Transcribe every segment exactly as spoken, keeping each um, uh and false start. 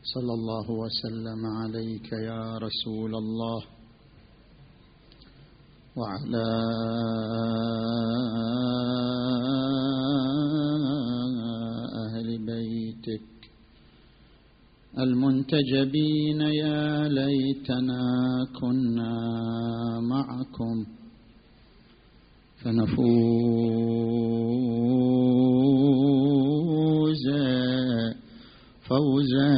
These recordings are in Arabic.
صلى الله وسلم عليك يا رسول الله وعلى أهل بيتك المنتجبين. يا ليتنا كنا معكم فنفوز فوزا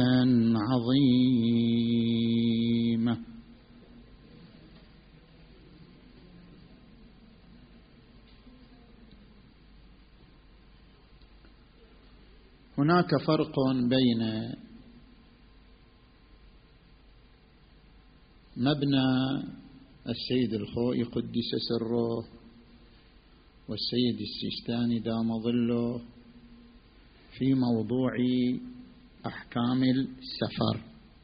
عظيما. هناك فرق بين مبنى السيد الخوئي قدس سره والسيد السيستاني دام ظله في موضوع أحكام السفر.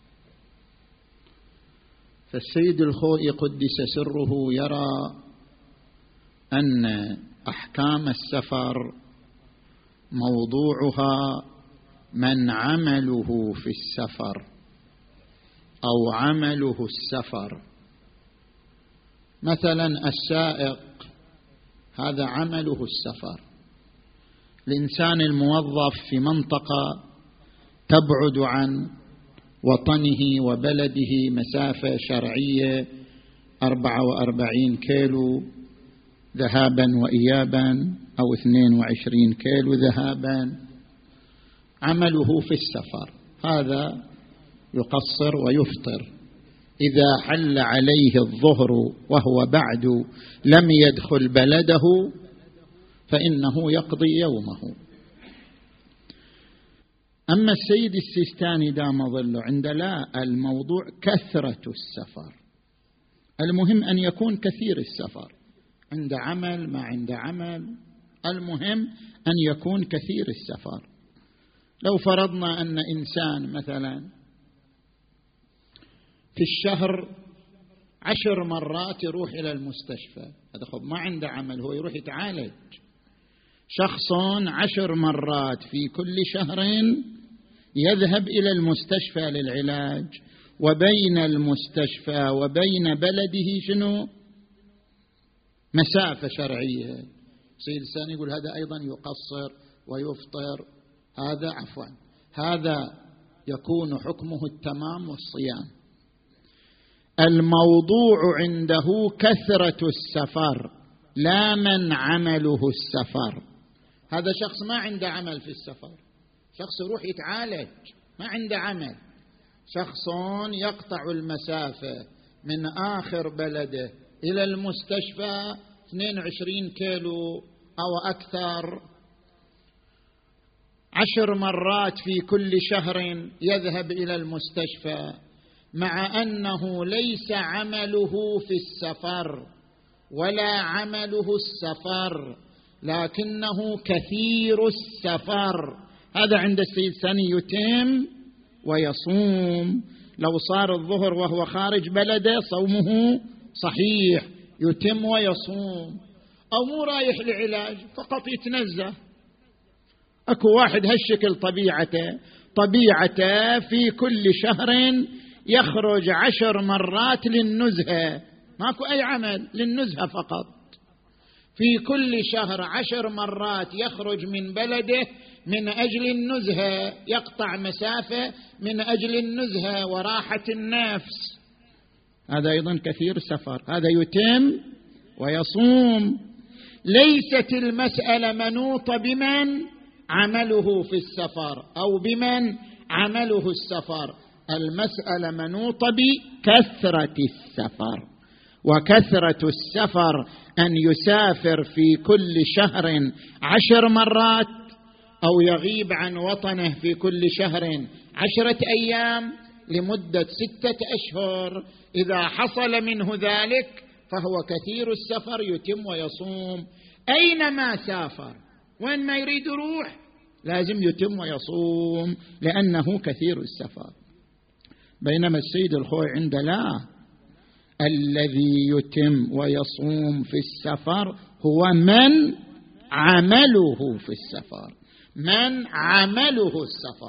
فالسيد الخوئي قدس سره يرى أن أحكام السفر موضوعها من عمله في السفر أو عمله السفر. مثلا السائق هذا عمله السفر. الإنسان الموظف في منطقة تبعد عن وطنه وبلده مسافة شرعية أربعة وأربعين كيلو ذهابا وإيابا أو اثنين وعشرين كيلو ذهابا، عمله في السفر، هذا يقصر ويفطر. إذا حل عليه الظهر وهو بعد لم يدخل بلده فإنه يقضي يومه. أما السيد السيستاني دام ظله عند لا الموضوع كثرة السفر، المهم أن يكون كثير السفر، عند عمل ما عند عمل، المهم أن يكون كثير السفر. لو فرضنا أن إنسان مثلا في الشهر عشر مرات يروح إلى المستشفى، هذا خب ما عنده عمل، هو يروح يتعالج. شخص عشر مرات في كل شهر يذهب إلى المستشفى للعلاج، وبين المستشفى وبين بلده شنو؟ مسافة شرعية. سيد الثاني يقول هذا أيضا يقصر ويفطر، هذا عفوا هذا يكون حكمه التمام والصيام. الموضوع عنده كثرة السفر لا من عمله السفر. هذا شخص ما عنده عمل في السفر، شخص يروح يتعالج ما عنده عمل. شخص يقطع المسافة من آخر بلده إلى المستشفى اثنين وعشرين كيلو أو أكثر، عشر مرات في كل شهر يذهب إلى المستشفى، مع أنه ليس عمله في السفر ولا عمله السفر لكنه كثير السفر، هذا عند السيد الثاني يتم ويصوم. لو صار الظهر وهو خارج بلده صومه صحيح، يتم ويصوم. أو مو رايح لعلاج، فقط يتنزه. أكو واحد هالشكل طبيعته طبيعته في كل شهر يخرج عشر مرات للنزهة، ماكو أي عمل، للنزهة فقط. في كل شهر عشر مرات يخرج من بلده من أجل النزهة، يقطع مسافة من أجل النزهة وراحة النفس، هذا أيضا كثير سفر، هذا يتم ويصوم. ليست المسألة منوطة بمن عمله في السفر أو بمن عمله السفر، المسألة منوطة بكثرة السفر. وكثرة السفر أن يسافر في كل شهر عشر مرات، أو يغيب عن وطنه في كل شهر عشرة أيام لمدة ستة أشهر. إذا حصل منه ذلك فهو كثير السفر، يتم ويصوم. أينما سافر وين ما يريد يروح لازم يتم ويصوم لأنه كثير السفر. بينما السيد الخوئي عند لا الذي يتم ويصوم في السفر هو من عمله في السفر، من عمله السفر.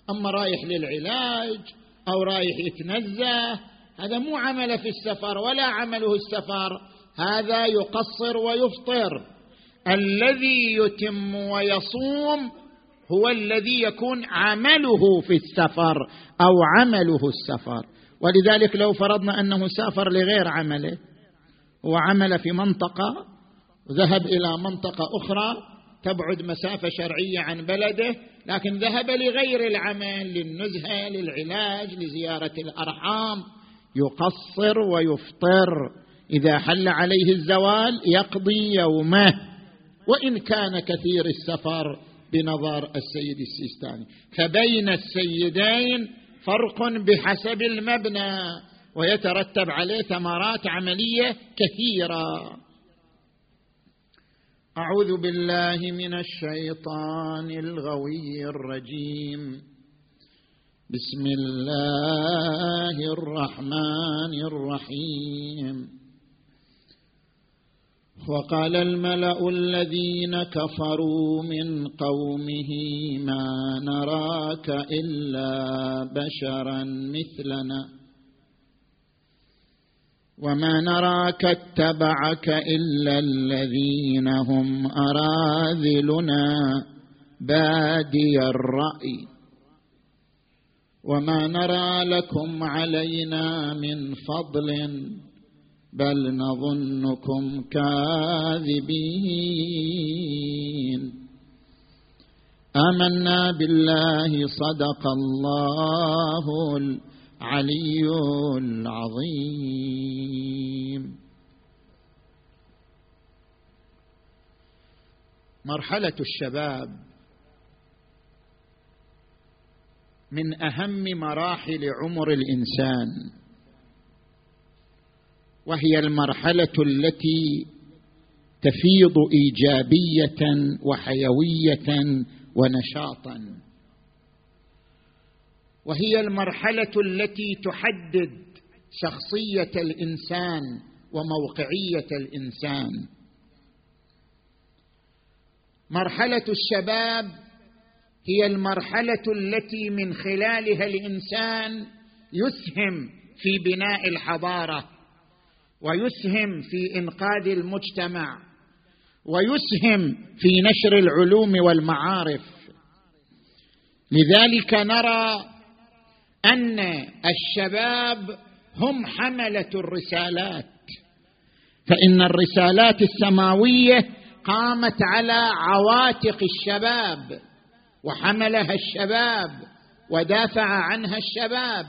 أما رايح للعلاج أو رايح يتنزه هذا مو عمل في السفر ولا عمله السفر، هذا يقصر ويفطر. الذي يتم ويصوم هو الذي يكون عمله في السفر أو عمله السفر. ولذلك لو فرضنا أنه سافر لغير عمله، هو عمل في منطقة وذهب إلى منطقة أخرى تبعد مسافة شرعية عن بلده، لكن ذهب لغير العمل، للنزهة، للعلاج، لزيارة الأرحام، يقصر ويفطر. إذا حل عليه الزوال يقضي يومه وإن كان كثير السفر بنظر السيد السيستاني. فبين السيدين فرق بحسب المبنى ويترتب عليه ثمرات عملية كثيرة. أعوذ بالله من الشيطان الغوي الرجيم. بسم الله الرحمن الرحيم. وقال الملأ الذين كفروا من قومه ما نراك إلا بشرا مثلنا وما نراك اتبعك إلا الذين هم أراذلنا بادي الرأي وما نرى لكم علينا من فضل بل نظنكم كاذبين. آمنا بالله صدق الله العلي العظيم. مرحلة الشباب من أهم مراحل عمر الإنسان، وهي المرحلة التي تفيض إيجابية وحيوية ونشاطا، وهي المرحلة التي تحدد شخصية الإنسان وموقعية الإنسان. مرحلة الشباب هي المرحلة التي من خلالها الإنسان يسهم في بناء الحضارة ويسهم في إنقاذ المجتمع ويسهم في نشر العلوم والمعارف. لذلك نرى أن الشباب هم حملة الرسالات، فإن الرسالات السماوية قامت على عواتق الشباب وحملها الشباب ودافع عنها الشباب.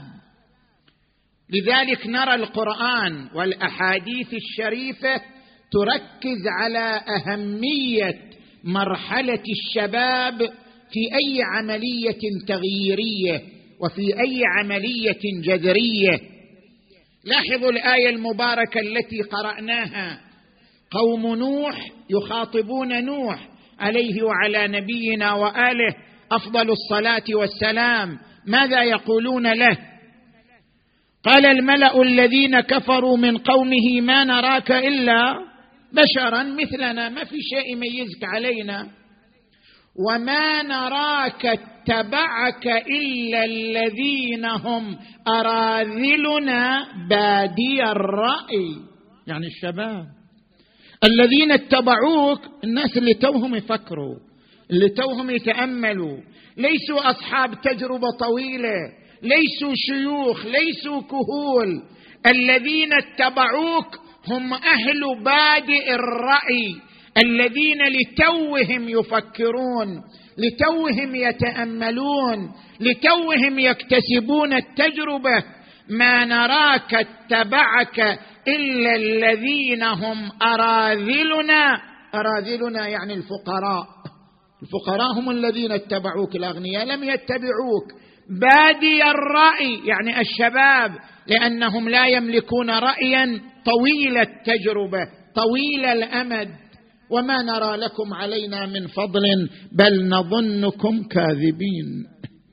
لذلك نرى القرآن والأحاديث الشريفة تركز على أهمية مرحلة الشباب في أي عملية تغييرية وفي أي عملية جذرية. لاحظوا الآية المباركة التي قرأناها، قوم نوح يخاطبون نوح عليه وعلى نبينا وآله أفضل الصلاة والسلام، ماذا يقولون له؟ قال الملأ الذين كفروا من قومه ما نراك إلا بشرا مثلنا، ما في شيء يميزك علينا، وما نراك اتبعك إلا الذين هم أراذلنا بادي الرأي. يعني الشباب الذين اتبعوك الناس اللي توهم يفكروا، اللي توهم يتأملوا، ليسوا أصحاب تجربة طويلة، ليسوا شيوخ، ليسوا كهول. الذين اتبعوك هم أهل بادئ الرأي، الذين لتوهم يفكرون، لتوهم يتأملون، لتوهم يكتسبون التجربة. ما نراك اتبعك إلا الذين هم أراذلنا. أراذلنا يعني الفقراء، الفقراء هم الذين اتبعوك، الأغنياء لم يتبعوك. بادي الرأي يعني الشباب، لأنهم لا يملكون رأيا طويل التجربة طويل الأمد. وما نرى لكم علينا من فضل بل نظنكم كاذبين.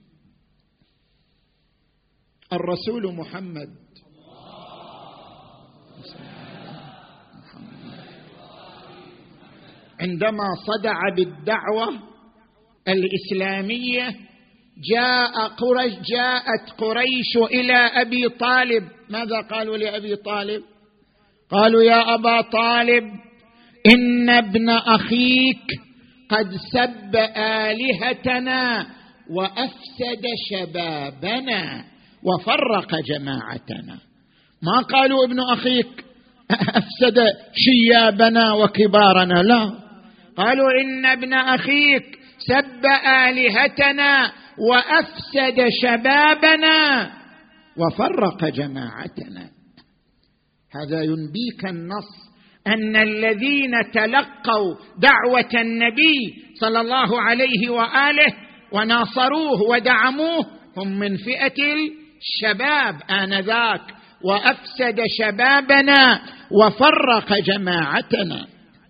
الرسول محمد عندما صدع بالدعوة الإسلامية جاء قريش جاءت قريش إلى أبي طالب، ماذا قالوا لأبي طالب؟ قالوا يا أبا طالب إن ابن أخيك قد سب آلهتنا وأفسد شبابنا وفرق جماعتنا. ما قالوا ابن أخيك أفسد شيابنا وكبارنا، لا، قالوا إن ابن أخيك سب آلهتنا وأفسد شبابنا وفرق جماعتنا. هذا ينبيك النص أن الذين تلقوا دعوة النبي صلى الله عليه وآله وناصروه ودعموه هم من فئة الشباب آنذاك، وأفسد شبابنا وفرق جماعتنا.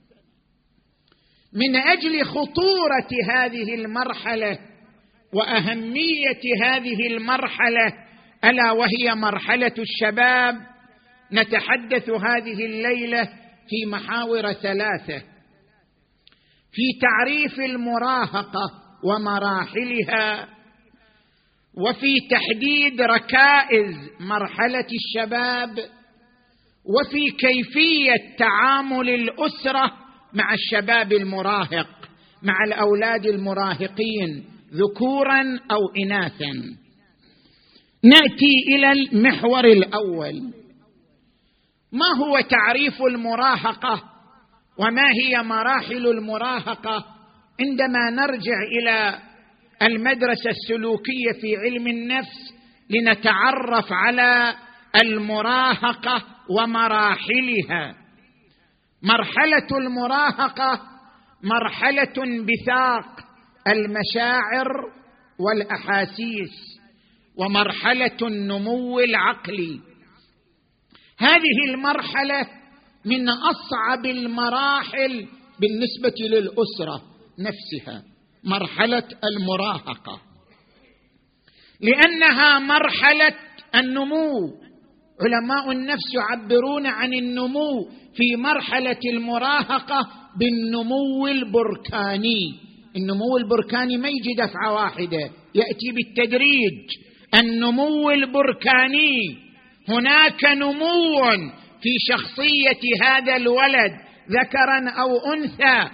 من أجل خطورة هذه المرحلة وأهمية هذه المرحلة ألا وهي مرحلة الشباب، نتحدث هذه الليلة في محاور ثلاثة: في تعريف المراهقة ومراحلها، وفي تحديد ركائز مرحلة الشباب، وفي كيفية تعامل الأسرة مع الشباب المراهق، مع الأولاد المراهقين ذكورا أو إناثا. نأتي إلى المحور الأول: ما هو تعريف المراهقة وما هي مراحل المراهقة؟ عندما نرجع إلى المدرسة السلوكية في علم النفس لنتعرف على المراهقة ومراحلها. مرحلة المراهقة مرحلة انبثاق المشاعر والأحاسيس، ومرحلة النمو العقلي. هذه المرحلة من أصعب المراحل بالنسبة للأسرة نفسها، مرحلة المراهقة، لأنها مرحلة النمو. علماء النفس يعبرون عن النمو في مرحلة المراهقة بالنمو البركاني. النمو البركاني ما يجي دفعة واحدة، يأتي بالتدريج. النمو البركاني، هناك نمو في شخصية هذا الولد ذكرا أو أنثى،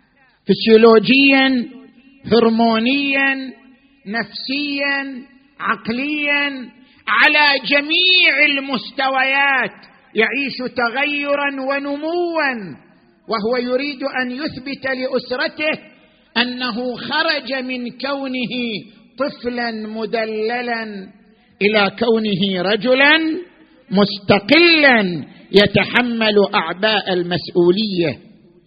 فسيولوجيا، هرمونيا، نفسيا، عقليا، على جميع المستويات يعيش تغيرا ونموا، وهو يريد أن يثبت لأسرته أنه خرج من كونه طفلا مدللا إلى كونه رجلا مستقلا يتحمل أعباء المسؤولية.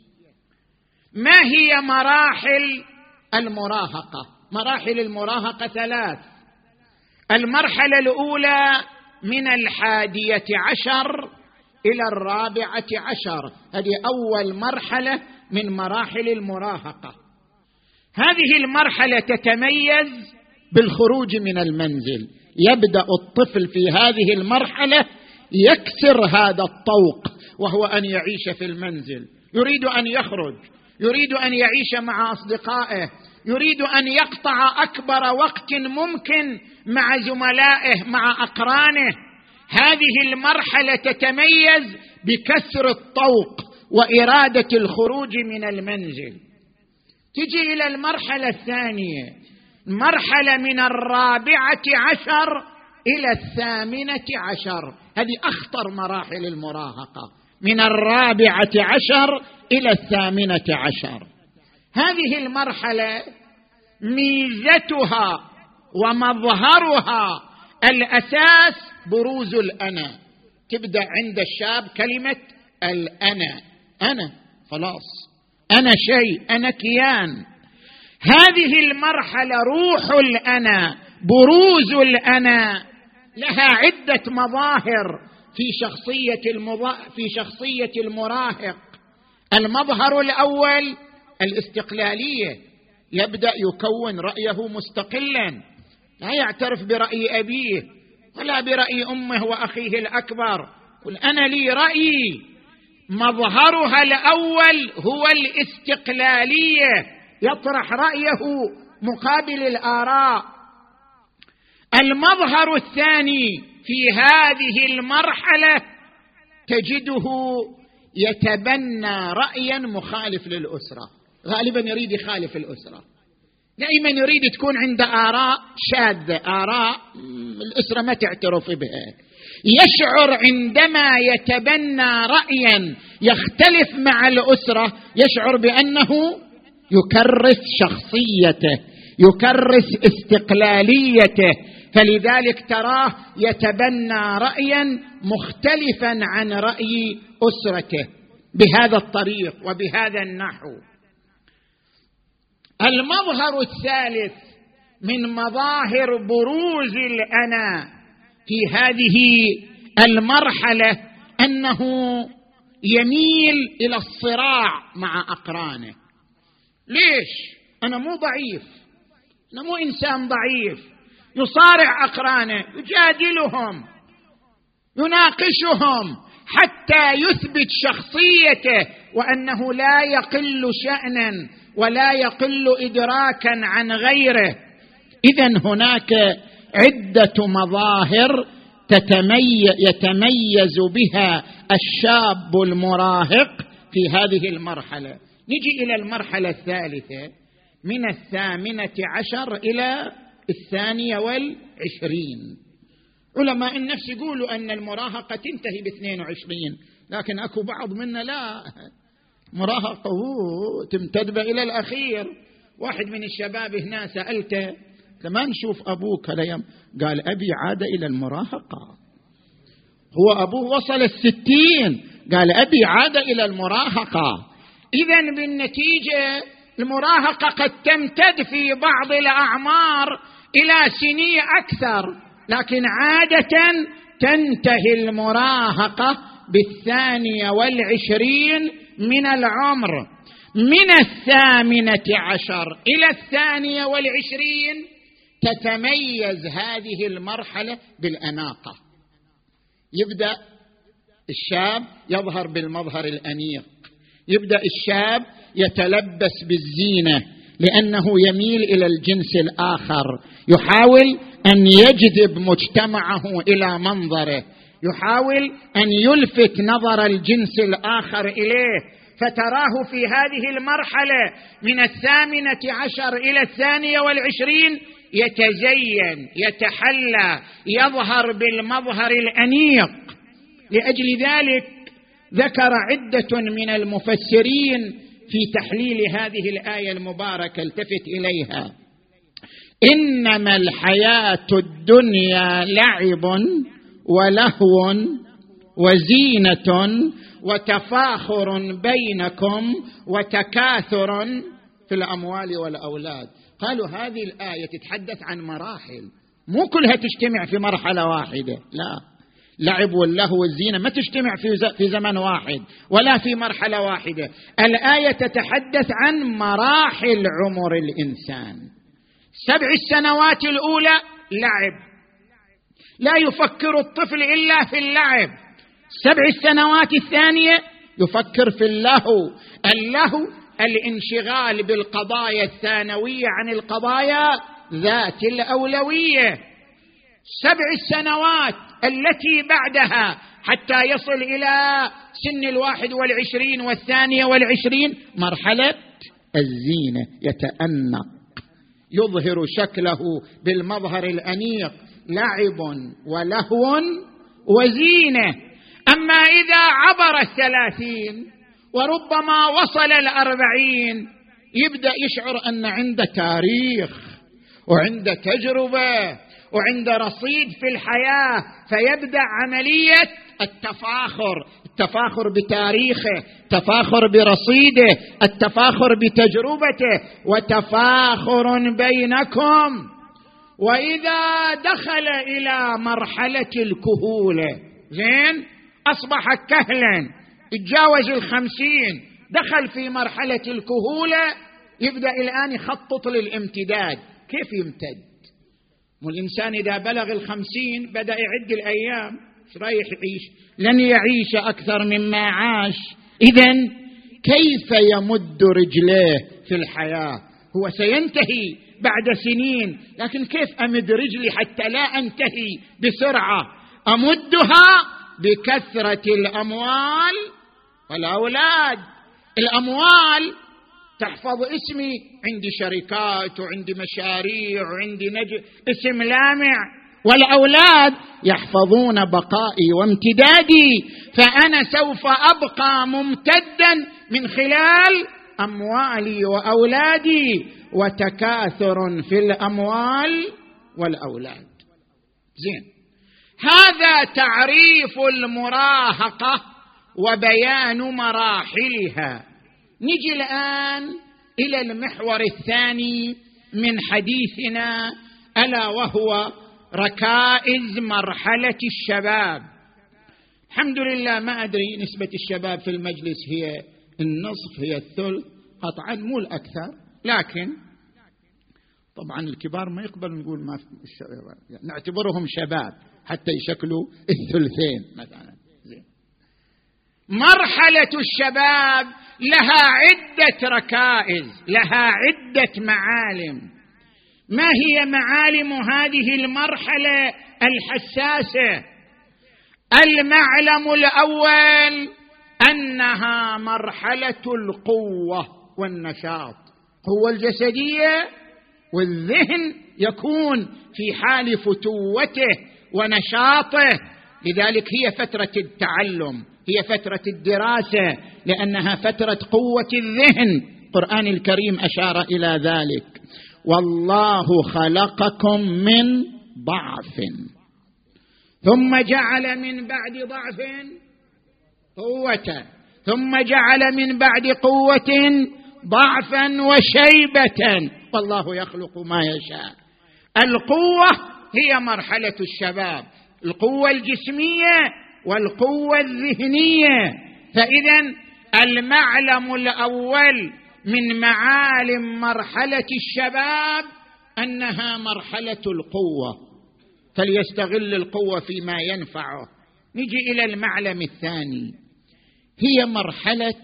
ما هي مراحل المراهقة؟ مراحل المراهقة ثلاث. المرحلة الأولى من الحادية عشر إلى الرابعة عشر، هذه أول مرحلة من مراحل المراهقة. هذه المرحلة تتميز بالخروج من المنزل. يبدأ الطفل في هذه المرحلة يكسر هذا الطوق، وهو أن يعيش في المنزل، يريد أن يخرج، يريد أن يعيش مع أصدقائه، يريد أن يقطع أكبر وقت ممكن مع زملائه، مع أقرانه. هذه المرحلة تتميز بكسر الطوق وإرادة الخروج من المنزل. تجي إلى المرحلة الثانية، مرحلة من الرابعة عشر إلى الثامنة عشر، هذه أخطر مراحل المراهقة، من الرابعة عشر إلى الثامنة عشر. هذه المرحلة ميزتها ومظهرها الأساس بروز الأنا. تبدأ عند الشاب كلمة الأنا، أنا خلاص، أنا شيء، أنا كيان. هذه المرحلة روح الأنا، بروز الأنا، لها عدة مظاهر في شخصية المضا... في شخصية المراهق. المظهر الأول الاستقلالية، يبدأ يكون رأيه مستقلا، لا يعترف برأي أبيه ولا برأي أمه وأخيه الأكبر، قل أنا لي رأيي. مظهرها الأول هو الاستقلالية، يطرح رأيه مقابل الآراء المظهر الثاني في هذه المرحلة تجده يتبنى رأيا مخالف للأسرة، غالبا يريد يخالف الأسرة، دائما يريد تكون عنده آراء شاذة، آراء الأسرة ما تعترف بها. يشعر عندما يتبنى رأيا يختلف مع الأسرة يشعر بأنه يكرس شخصيته، يكرس استقلاليته، فلذلك تراه يتبنى رأيا مختلفا عن رأي أسرته بهذا الطريق وبهذا النحو. المظهر الثالث من مظاهر بروز الأنا في هذه المرحلة أنه يميل إلى الصراع مع أقرانه. ليش؟ أنا مو ضعيف، أنا مو إنسان ضعيف، يصارع أقرانه، يجادلهم، يناقشهم حتى يثبت شخصيته وأنه لا يقل شأنا ولا يقل إدراكا عن غيره. إذن هناك عدة مظاهر يتميز بها الشاب المراهق في هذه المرحلة. نجي إلى المرحلة الثالثة من الثامنة عشر إلى الثانية والعشرين. علماء النفس يقولوا أن المراهقة تنتهي باثنين وعشرين، لكن أكو بعض منا لا، مراهقة تمتد إلى الأخير. واحد من الشباب هنا سألته لما نشوف أبوك هالأيام، قال أبي عاد إلى المراهقة. هو أبوه وصل الستين، قال أبي عاد إلى المراهقة. إذن بالنتيجة المراهقة قد تمتد في بعض الأعمار إلى سنين أكثر، لكن عادة تنتهي المراهقة بالثانية والعشرين من العمر. من الثامنة عشر إلى الثانية والعشرين تتميز هذه المرحلة بالأناقة. يبدأ الشاب يظهر بالمظهر الأنيق، يبدأ الشاب يتلبس بالزينة لأنه يميل إلى الجنس الآخر، يحاول أن يجذب مجتمعه إلى منظره، يحاول أن يلفت نظر الجنس الآخر إليه. فتراه في هذه المرحلة من الثامنة عشر إلى الثانية والعشرين يتزين، يتحلى، يظهر بالمظهر الأنيق. لأجل ذلك ذكر عدة من المفسرين في تحليل هذه الآية المباركة، التفت إليها: إنما الحياة الدنيا لعب ولهو وزينة وتفاخر بينكم وتكاثر في الأموال والأولاد. قالوا هذه الآية تتحدث عن مراحل، مو كلها تجتمع في مرحلة واحدة، لا، لعب واللهو والزينة ما تجتمع في زمن واحد ولا في مرحلة واحدة. الآية تتحدث عن مراحل عمر الإنسان. سبع السنوات الأولى لعب، لا يفكر الطفل إلا في اللعب. سبع السنوات الثانية يفكر في اللهو. اللهو الانشغال بالقضايا الثانوية عن القضايا ذات الأولوية. سبع السنوات التي بعدها حتى يصل إلى سن الواحد والعشرين والثانية والعشرين مرحلة الزينة، يتأنق، يظهر شكله بالمظهر الأنيق، لعب ولهو وزينة. أما إذا عبر الثلاثين وربما وصل الأربعين يبدأ يشعر أن عنده تاريخ وعنده تجربة وعنده رصيد في الحياة، فيبدأ عملية التفاخر، التفاخر بتاريخه، التفاخر برصيده، التفاخر بتجربته، وتفاخر بينكم. وإذا دخل إلى مرحلة الكهولة، زين، أصبح كهلا، يتجاوز الخمسين، دخل في مرحلة الكهولة، يبدأ الآن يخطط للامتداد. كيف يمتد؟ والإنسان إذا بلغ الخمسين بدأ يعد الأيام، ايش رايح يعيش؟ لن يعيش أكثر مما عاش. إذن كيف يمد رجليه في الحياة؟ هو سينتهي بعد سنين، لكن كيف أمد رجلي حتى لا أنتهي بسرعة؟ أمدها بكثرة الأموال والأولاد. الأموال تحفظ اسمي، عندي شركات وعندي مشاريع وعندي نجم، اسم لامع، والأولاد يحفظون بقائي وامتدادي، فأنا سوف أبقى ممتدا من خلال أموالي وأولادي، وتكاثر في الأموال والأولاد. زين، هذا تعريف المراهقة وبيان مراحلها. نجي الآن إلى المحور الثاني من حديثنا، ألا وهو ركائز مرحلة الشباب. الحمد لله ما أدري نسبة الشباب في المجلس هي النصف، هي الثلث، قطعا مو الأكثر، لكن طبعا الكبار ما يقبل نقول ما يعني نعتبرهم شباب حتى يشكلوا الثلثين مثلا. زين، مرحلة الشباب لها عدة ركائز، لها عدة معالم. ما هي معالم هذه المرحلة الحساسة؟ المعلم الأول أنها مرحلة القوة والنشاط، قوة الجسدية، والذهن يكون في حال فتوته ونشاطه. لذلك هي فترة التعلم، هي فترة الدراسة، لأنها فترة قوة الذهن. القرآن الكريم أشار إلى ذلك: والله خلقكم من ضعف ثم جعل من بعد ضعف قوة، ثم جعل من بعد قوة ضعفا وشيبة، والله يخلق ما يشاء. القوة هي مرحلة الشباب، القوة الجسمية والقوة الذهنية. فإذا المعلم الأول من معالم مرحلة الشباب أنها مرحلة القوة، فليستغل القوة فيما ينفعه. نجي إلى المعلم الثاني، هي مرحلة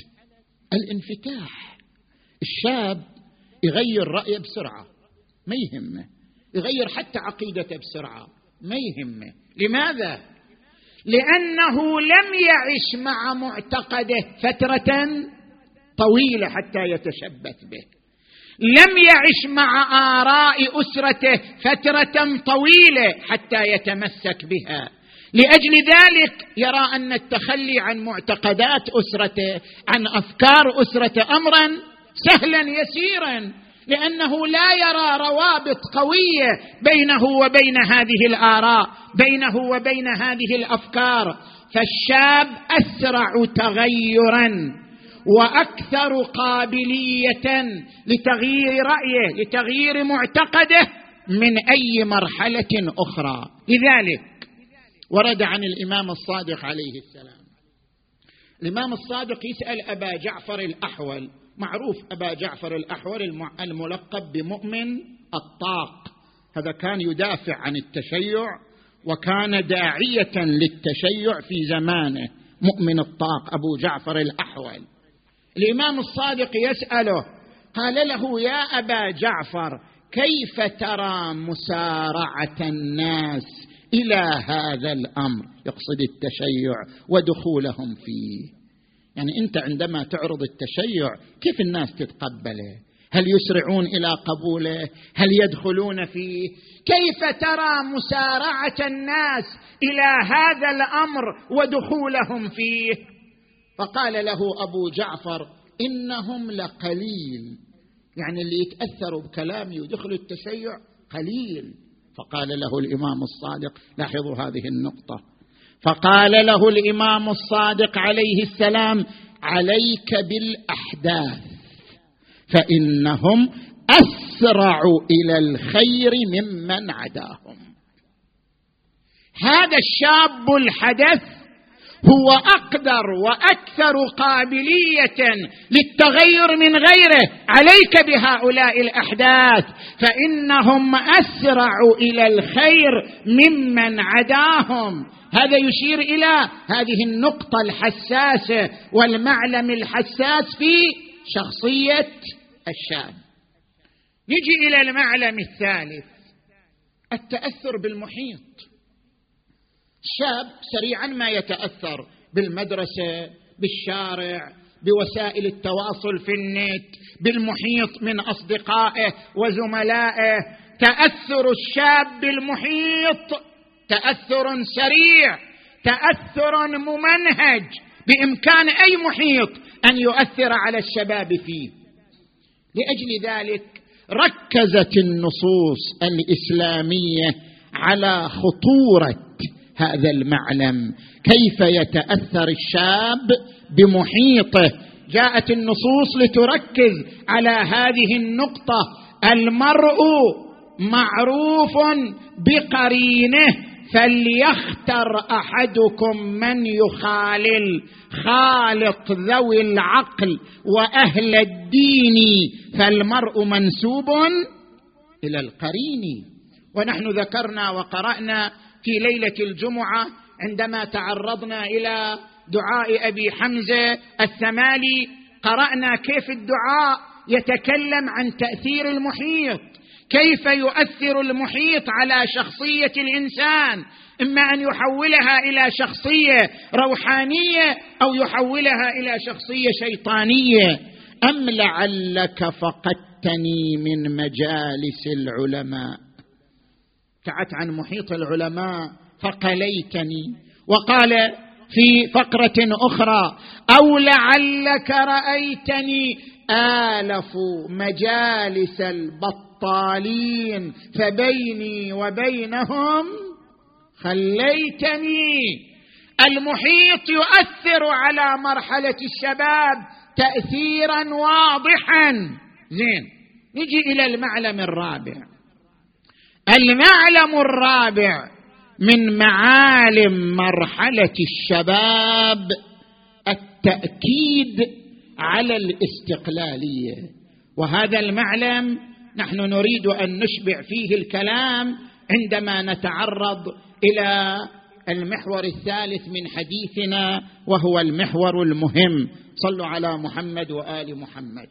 الانفتاح. الشاب يغير رأيه بسرعة، ما يهمه، يغير حتى عقيدته بسرعة، ما يهمه. لماذا؟ لأنه لم يعش مع معتقده فترة طويلة حتى يتشبث به، لم يعش مع آراء أسرته فترة طويلة حتى يتمسك بها. لأجل ذلك يرى أن التخلي عن معتقدات أسرته، عن أفكار أسرته، أمرا سهلا يسيرا، لأنه لا يرى روابط قوية بينه وبين هذه الآراء، بينه وبين هذه الأفكار. فالشاب أسرع تغيرا وأكثر قابلية لتغيير رأيه، لتغيير معتقده من أي مرحلة أخرى. لذلك ورد عن الإمام الصادق عليه السلام، الإمام الصادق يسأل أبا جعفر الأحول، معروف أبا جعفر الأحول الملقب بمؤمن الطاق، هذا كان يدافع عن التشيع وكان داعية للتشيع في زمانه، مؤمن الطاق أبو جعفر الأحول. الإمام الصادق يسأله، قال له: يا أبا جعفر، كيف ترى مسارعة الناس إلى هذا الأمر، يقصد التشيع ودخولهم فيه؟ يعني أنت عندما تعرض التشيع كيف الناس تتقبله؟ هل يسرعون إلى قبوله؟ هل يدخلون فيه؟ كيف ترى مسارعة الناس إلى هذا الأمر ودخولهم فيه؟ فقال له أبو جعفر: إنهم لقليل، يعني اللي يتأثروا بكلامي ويدخلوا التشيع قليل. فقال له الإمام الصادق، لاحظوا هذه النقطة، فقال له الإمام الصادق عليه السلام: عليك بالأحداث فإنهم أسرع إلى الخير ممن عداهم. هذا الشاب الحدث هو أقدر وأكثر قابلية للتغير من غيره، عليك بهؤلاء الأحداث فإنهم أسرع إلى الخير ممن عداهم. هذا يشير إلى هذه النقطة الحساسة والمعلم الحساس في شخصية الشاب. نجي إلى المعلم الثالث، التأثر بالمحيط. الشاب سريعا ما يتأثر بالمدرسة، بالشارع، بوسائل التواصل في النت، بالمحيط من أصدقائه وزملائه. تأثر الشاب بالمحيط تأثر سريع، تأثر ممنهج، بإمكان أي محيط أن يؤثر على الشباب فيه. لأجل ذلك ركزت النصوص الإسلامية على خطورة هذا المعلم، كيف يتأثر الشاب بمحيطه. جاءت النصوص لتركز على هذه النقطة. المرء معروف بقرينه، فليختر أحدكم من يخالل، خالط ذوي العقل وأهل الدين، فالمرء منسوب إلى القرين. ونحن ذكرنا وقرأنا في ليلة الجمعة عندما تعرضنا إلى دعاء أبي حمزة الثمالي، قرأنا كيف الدعاء يتكلم عن تأثير المحيط، كيف يؤثر المحيط على شخصية الإنسان، إما أن يحولها إلى شخصية روحانية أو يحولها إلى شخصية شيطانية. أم لعلك فقدتني من مجالس العلماء، ابتعدت عن محيط العلماء فقليتني. وقال في فقرة أخرى: أو لعلك رأيتني آلف مجالس البطالين فبيني وبينهم خليتني. المحيط يؤثر على مرحلة الشباب تأثيرا واضحا. زين، نجي إلى المعلم الرابع. المعلم الرابع من معالم مرحلة الشباب التأكيد على الاستقلالية. وهذا المعلم نحن نريد أن نشبع فيه الكلام عندما نتعرض إلى المحور الثالث من حديثنا، وهو المحور المهم. صلوا على محمد وآل محمد.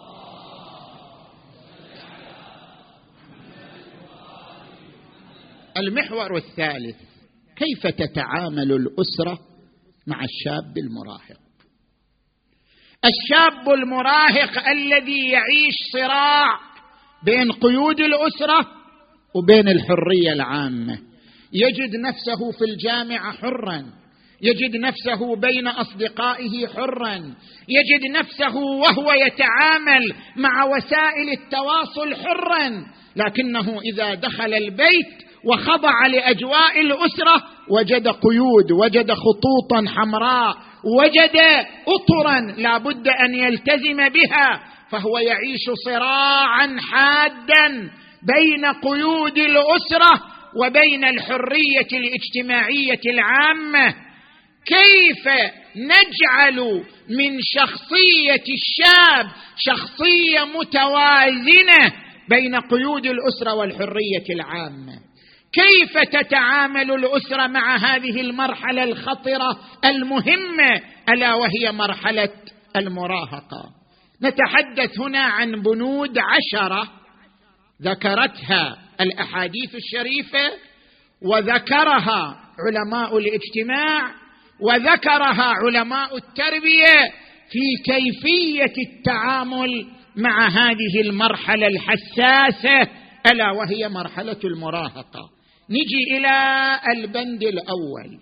المحور الثالث: كيف تتعامل الأسرة مع الشاب المراهق. الشاب المراهق الذي يعيش صراع بين قيود الأسرة وبين الحرية العامة، يجد نفسه في الجامعة حرا، يجد نفسه بين أصدقائه حرا، يجد نفسه وهو يتعامل مع وسائل التواصل حرا، لكنه إذا دخل البيت وخضع لأجواء الأسرة وجد قيود، وجد خطوطا حمراء، وجد أطرا لا بد أن يلتزم بها، فهو يعيش صراعا حادا بين قيود الأسرة وبين الحرية الاجتماعية العامة. كيف نجعل من شخصية الشاب شخصية متوازنة بين قيود الأسرة والحرية العامة؟ كيف تتعامل الأسرة مع هذه المرحلة الخطرة المهمة، ألا وهي مرحلة المراهقة؟ نتحدث هنا عن بنود عشرة ذكرتها الأحاديث الشريفة، وذكرها علماء الاجتماع، وذكرها علماء التربية في كيفية التعامل مع هذه المرحلة الحساسة، ألا وهي مرحلة المراهقة. نجي إلى البند الأول: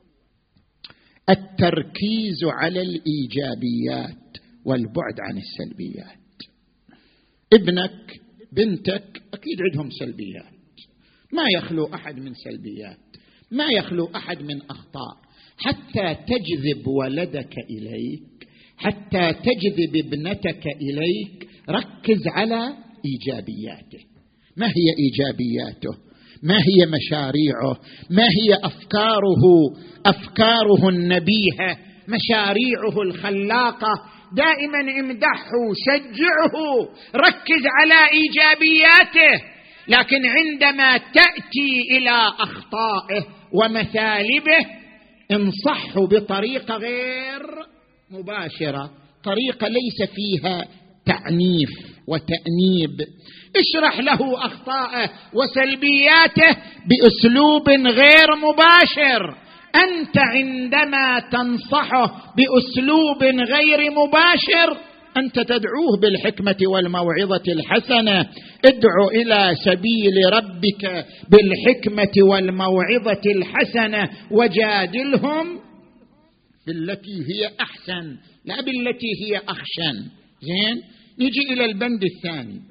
التركيز على الإيجابيات والبعد عن السلبيات. ابنك بنتك أكيد عندهم سلبيات، ما يخلو أحد من سلبيات، ما يخلو أحد من أخطاء. حتى تجذب ولدك إليك، حتى تجذب ابنتك إليك، ركز على إيجابياته. ما هي إيجابياته؟ ما هي مشاريعه؟ ما هي أفكاره؟ أفكاره النبيهة، مشاريعه الخلاقة. دائما امدحه، شجعه، ركز على إيجابياته. لكن عندما تأتي إلى أخطائه ومثالبه انصحه بطريقة غير مباشرة، طريقة ليس فيها تعنيف، وتأنيب. اشرح له أخطاءه وسلبياته بأسلوب غير مباشر. أنت عندما تنصحه بأسلوب غير مباشر أنت تدعوه بالحكمة والموعظة الحسنة. ادع إلى سبيل ربك بالحكمة والموعظة الحسنة وجادلهم بالتي هي أحسن لا بالتي هي أخشن. زين، نجي إلى البند الثاني،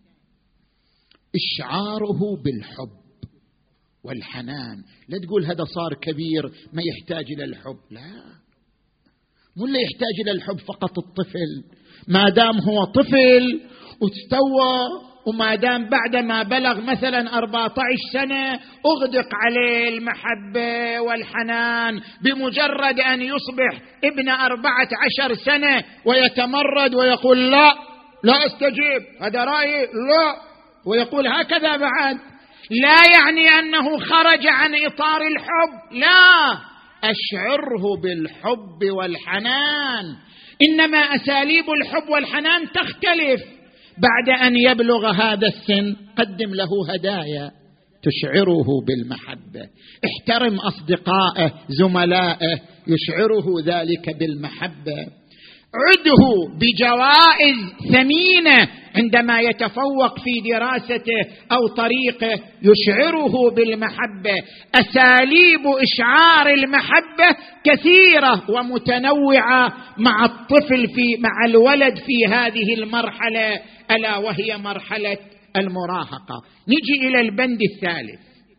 إشعاره بالحب والحنان. لا تقول هذا صار كبير ما يحتاج إلى الحب، لا، مو اللي يحتاج إلى الحب فقط الطفل. ما دام هو طفل واستوى وما دام بعد ما بلغ مثلا أربعة عشر سنة أغدق عليه المحبة والحنان. بمجرد أن يصبح ابن أربعة عشر سنة ويتمرد ويقول لا لا أستجيب، هذا رأيي، لا، ويقول هكذا بعد، لا يعني أنه خرج عن إطار الحب، لا، أشعره بالحب والحنان. إنما أساليب الحب والحنان تختلف. بعد أن يبلغ هذا السن قدم له هدايا تشعره بالمحبة، احترم أصدقائه زملائه يشعره ذلك بالمحبة، عده بجوائز ثمينة عندما يتفوق في دراسته أو طريقه يشعره بالمحبة. أساليب إشعار المحبة كثيرة ومتنوعة مع الطفل في مع الولد في هذه المرحلة ألا وهي مرحلة المراهقة. نجي إلى البند الثالث.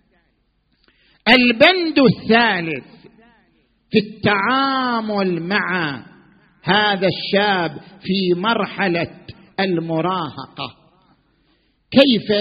البند الثالث في التعامل مع هذا الشاب في مرحلة المراهقة، كيف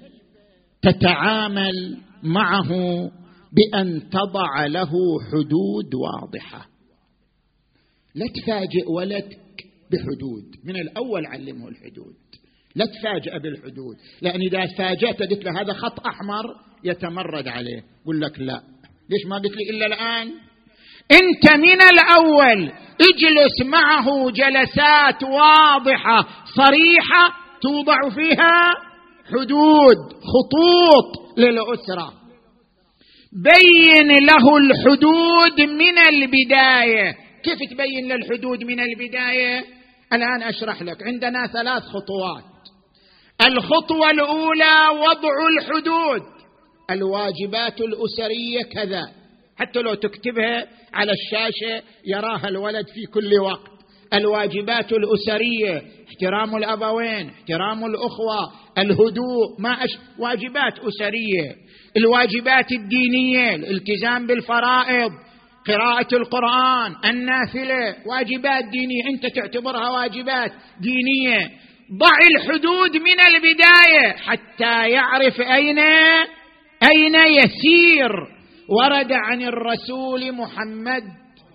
تتعامل معه بأن تضع له حدود واضحة. لا تفاجئ ولدك بحدود، من الأول علمه الحدود، لا تفاجئ بالحدود، لأن إذا فاجأت قلت له هذا خط أحمر يتمرد عليه، يقول لك لا، ليش ما قلت لي إلا الآن؟ أنت من الأول اجلس معه جلسات واضحة صريحة توضع فيها حدود، خطوط للأسرة. بين له الحدود من البداية. كيف تبين له الحدود من البداية؟ الآن أشرح لك. عندنا ثلاث خطوات. الخطوة الأولى وضع الحدود. الواجبات الأسرية كذا، حتى لو تكتبها على الشاشة يراها الولد في كل وقت. الواجبات الأسرية: احترام الأبوين، احترام الأخوة، الهدوء، ما أش... واجبات أسرية. الواجبات الدينية: الالتزام بالفرائض، قراءة القرآن، النافلة، واجبات دينية أنت تعتبرها واجبات دينية. ضع الحدود من البداية حتى يعرف أين أين يسير. ورد عن الرسول محمد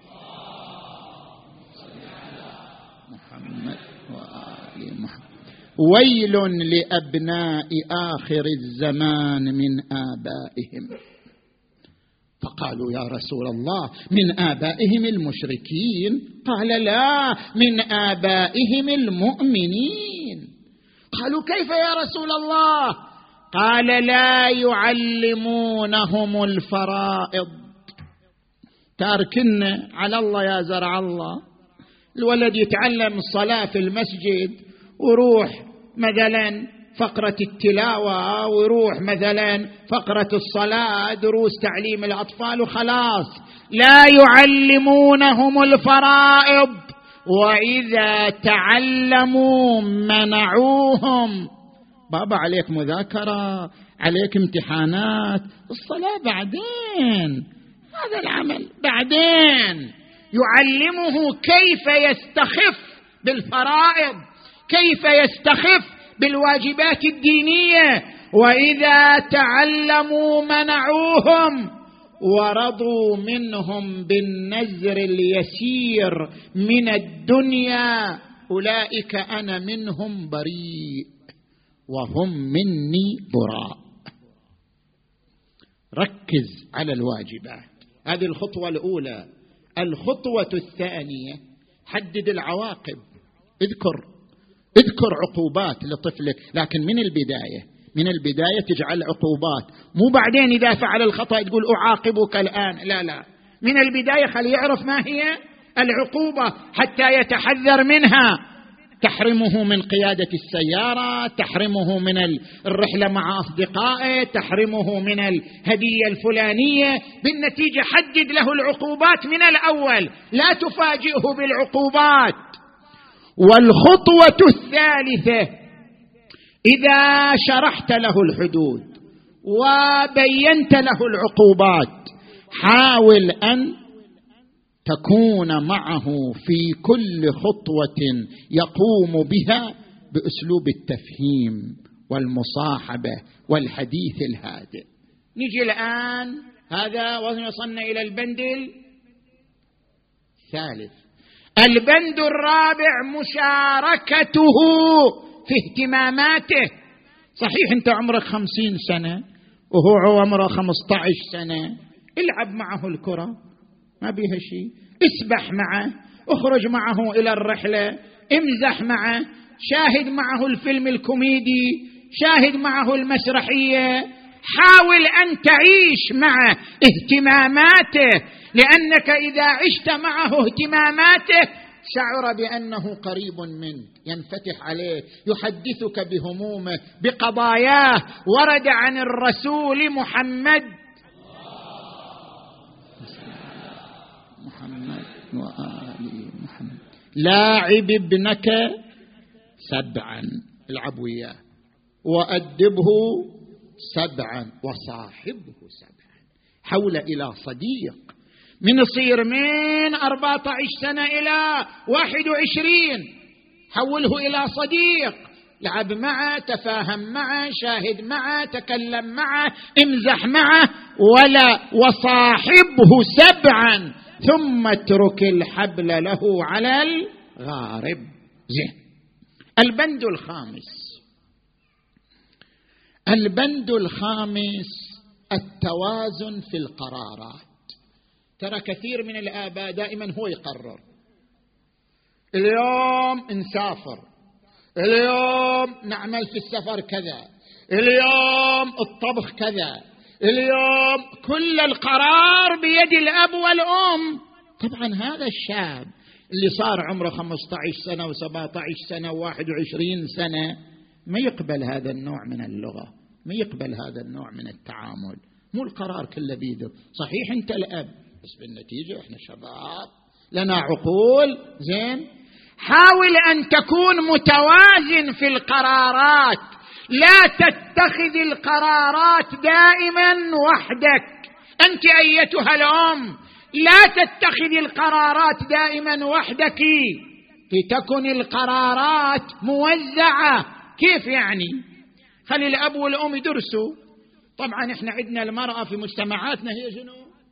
محمد وآل محمد: ويل لأبناء آخر الزمان من آبائهم. فقالوا يا رسول الله من آبائهم المشركين؟ قال لا، من آبائهم المؤمنين. قالوا كيف يا رسول الله؟ قال لا يعلمونهم الفرائض. تاركن على الله يا زرع الله. الولد يتعلم الصلاة في المسجد ويروح مثلا فقرة التلاوة ويروح مثلا فقرة الصلاة، دروس تعليم الأطفال وخلاص. لا يعلمونهم الفرائض، وإذا تعلموا منعوهم. بابا عليك مذاكرة، عليك امتحانات، الصلاة بعدين، هذا العمل بعدين. يعلمه كيف يستخف بالفرائض، كيف يستخف بالواجبات الدينية. وإذا تعلموا منعوهم ورضوا منهم بالنزر اليسير من الدنيا، أولئك أنا منهم بريء وهم مني براء. ركز على الواجبات، هذه الخطوة الأولى. الخطوة الثانية: حدد العواقب. اذكر اذكر عقوبات لطفلك، لكن من البداية من البداية تجعل عقوبات، مو بعدين إذا فعل الخطأ تقول أعاقبك الآن، لا لا، من البداية خليه يعرف ما هي العقوبة حتى يتحذر منها. تحرمه من قيادة السيارة، تحرمه من الرحلة مع أصدقائه، تحرمه من الهدية الفلانية، بالنتيجة حدد له العقوبات من الأول، لا تفاجئه بالعقوبات. والخطوة الثالثة، إذا شرحت له الحدود وبينت له العقوبات، حاول أن تكون معه في كل خطوة يقوم بها بأسلوب التفهيم والمصاحبة والحديث الهادئ. نجي الآن، هذا وصلنا إلى البند الثالث. البند الرابع مشاركته في اهتماماته. صحيح أنت عمرك خمسين سنة وهو عمره خمسة عشر سنة، العب معه الكرة ما بيها شيء، اسبح معه، اخرج معه إلى الرحلة، امزح معه، شاهد معه الفيلم الكوميدي، شاهد معه المسرحية، حاول أن تعيش معه اهتماماته، لأنك إذا عشت معه اهتماماته شعر بأنه قريب منك، ينفتح عليه، يحدثك بهمومه بقضاياه. ورد عن الرسول محمد محمد وآل محمد: لاعب ابنك سبعا، العب وياه، وأدبه سبعا، وصاحبه سبعا. حول إلى صديق، من يصير من أربعة عشر سنة إلى واحد وعشرين، حوله إلى صديق، لعب معه، تفاهم معه، شاهد معه، تكلم معه، امزح معه، ولا وصاحبه سبعا، ثم اترك الحبل له على الغارب. زين. البند الخامس، البند الخامس التوازن في القرارات. ترى كثير من الآباء دائما هو يقرر، اليوم نسافر، اليوم نعمل في السفر كذا، اليوم الطبخ كذا، اليوم كل القرار بيد الأب والأم. طبعا هذا الشاب اللي صار عمره خمسة عشر سنة وسبعة عشر سنة وواحد وعشرين سنة ما يقبل هذا النوع من اللغة، ما يقبل هذا النوع من التعامل. مو القرار كله بيده. صحيح أنت الأب، بس بالنتيجة إحنا شباب لنا عقول. زين. حاول أن تكون متوازن في القرارات، لا تتخذ القرارات دائما وحدك. أنت أيتها الأم لا تتخذ القرارات دائما وحدك، لتكن القرارات موزعة. كيف يعني؟ خلي الأب والأم يدرسوا. طبعا إحنا عندنا المرأة في مجتمعاتنا هي شنو؟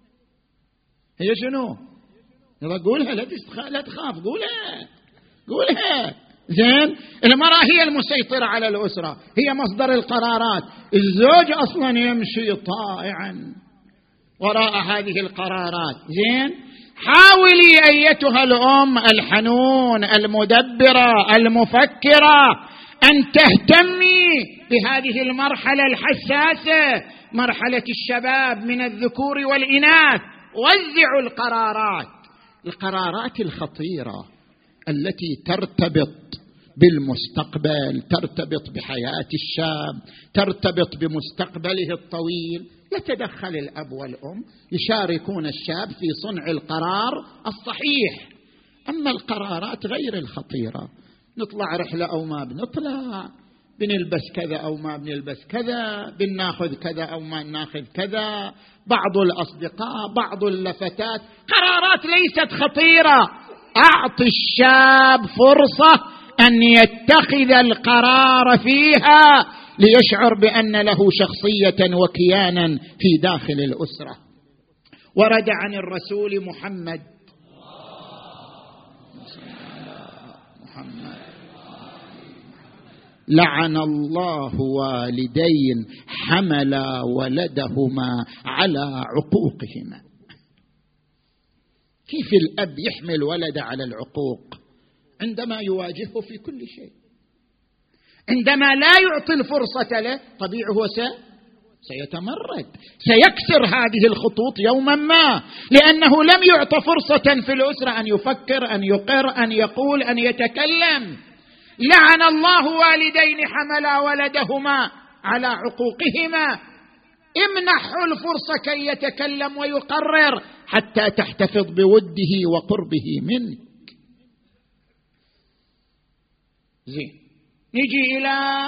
هي شنو؟ يلا قولها، لا تخاف، لا تخاف، قولها قولها. زين. المرأة هي المسيطرة على الأسرة، هي مصدر القرارات. الزوج أصلا يمشي طائعا وراء هذه القرارات. زين. حاولي أيتها الأم الحنون المدبرة المفكرة أن تهتمي بهذه المرحلة الحساسة، مرحلة الشباب من الذكور والإناث. وزعوا القرارات، القرارات الخطيرة التي ترتبط بالمستقبل، ترتبط بحياة الشاب، ترتبط بمستقبله الطويل. يتدخل الأب والأم، يشاركون الشاب في صنع القرار الصحيح. أما القرارات غير الخطيرة، نطلع رحلة أو ما بنطلع، بنلبس كذا أو ما بنلبس كذا، بناخذ كذا أو ما ناخذ كذا، بعض الأصدقاء، بعض اللفتات، قرارات ليست خطيرة. أعط الشاب فرصة أن يتخذ القرار فيها ليشعر بأن له شخصية وكيانا في داخل الأسرة. ورد عن الرسول محمد محمد: لعن الله والدين حملا ولدهما على عقوقهما. كيف الأب يحمل ولد على العقوق عندما يواجهه في كل شيء؟ عندما لا يعطي الفرصة له طبيعي هو سيتمرد، سيكسر هذه الخطوط يوما ما، لأنه لم يعطى فرصة في الأسرة أن يفكر، أن يقر، أن يقول، أن يتكلم. لعن الله والدين حملا ولدهما على عقوقهما. امنحه الفرصة كي يتكلم ويقرر حتى تحتفظ بوده وقربه منك. زين، نجي إلى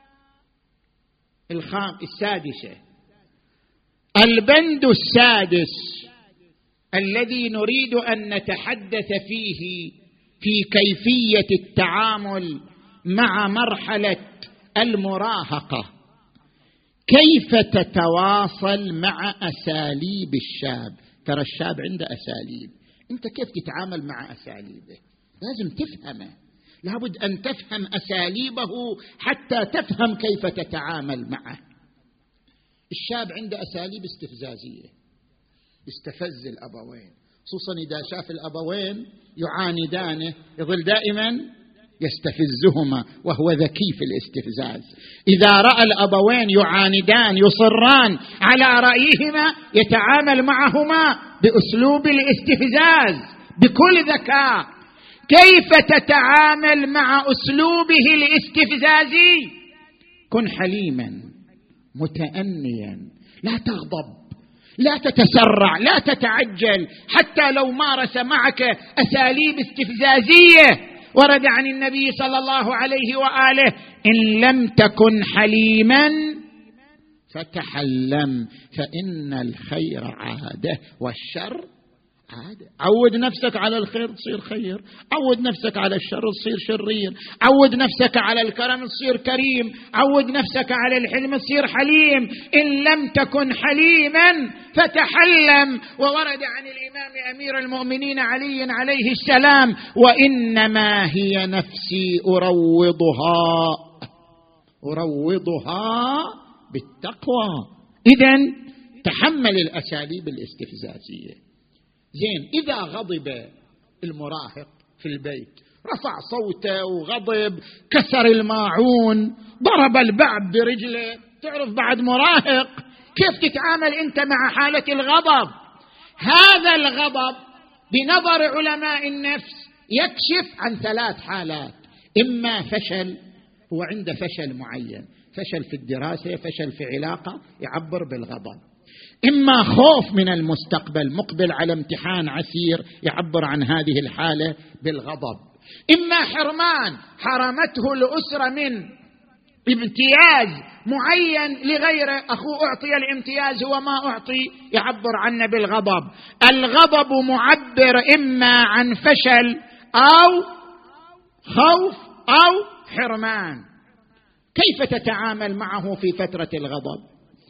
الخام السادسة، البند السادس الذي نريد أن نتحدث فيه في كيفية التعامل مع مرحلة المراهقة. كيف تتواصل مع أساليب الشاب؟ ترى الشاب عنده أساليب، أنت كيف تتعامل مع أساليبه لازم تفهمه، لابد أن تفهم أساليبه حتى تفهم كيف تتعامل معه. الشاب عنده أساليب استفزازية، يستفز الأبوين، خصوصا إذا شاف الأبوين يعاندانه يظل دائما يستفزهما، وهو ذكي في الاستفزاز. إذا رأى الأبوين يعاندان يصران على رأيهما يتعامل معهما بأسلوب الاستفزاز بكل ذكاء. كيف تتعامل مع أسلوبه الاستفزازي؟ كن حليما متأنيا، لا تغضب، لا تتسرع، لا تتعجل. حتى لو مارس معك أساليب استفزازية، ورد عن النبي صلى الله عليه وآله: إن لم تكن حليما فتحلم فإن الخير عادة والشر عادة. عود نفسك على الخير تصير خير، عود نفسك على الشر تصير شرير، عود نفسك على الكرم تصير كريم، عود نفسك على الحلم تصير حليم. إن لم تكن حليما فتحلم. وورد عن الإمام أمير المؤمنين علي عليه السلام: وإنما هي نفسي أروضها أروضها بالتقوى. إذن تحمل الأساليب الاستفزازية. زين، إذا غضب المراهق في البيت، رفع صوته وغضب، كسر الماعون، ضرب البعض برجله، تعرف بعد مراهق، كيف تتعامل أنت مع حالة الغضب؟ هذا الغضب بنظر علماء النفس يكشف عن ثلاث حالات: إما فشل، هو عنده فشل معين، فشل في الدراسة، فشل في علاقة، يعبر بالغضب. إما خوف من المستقبل، مقبل على امتحان عسير، يعبر عن هذه الحالة بالغضب. إما حرمان، حرمته الأسرة من امتياز معين لغيره، أخوه أعطي الامتياز هو ما أعطي، يعبر عنه بالغضب. الغضب معبر إما عن فشل أو خوف أو حرمان. كيف تتعامل معه في فترة الغضب؟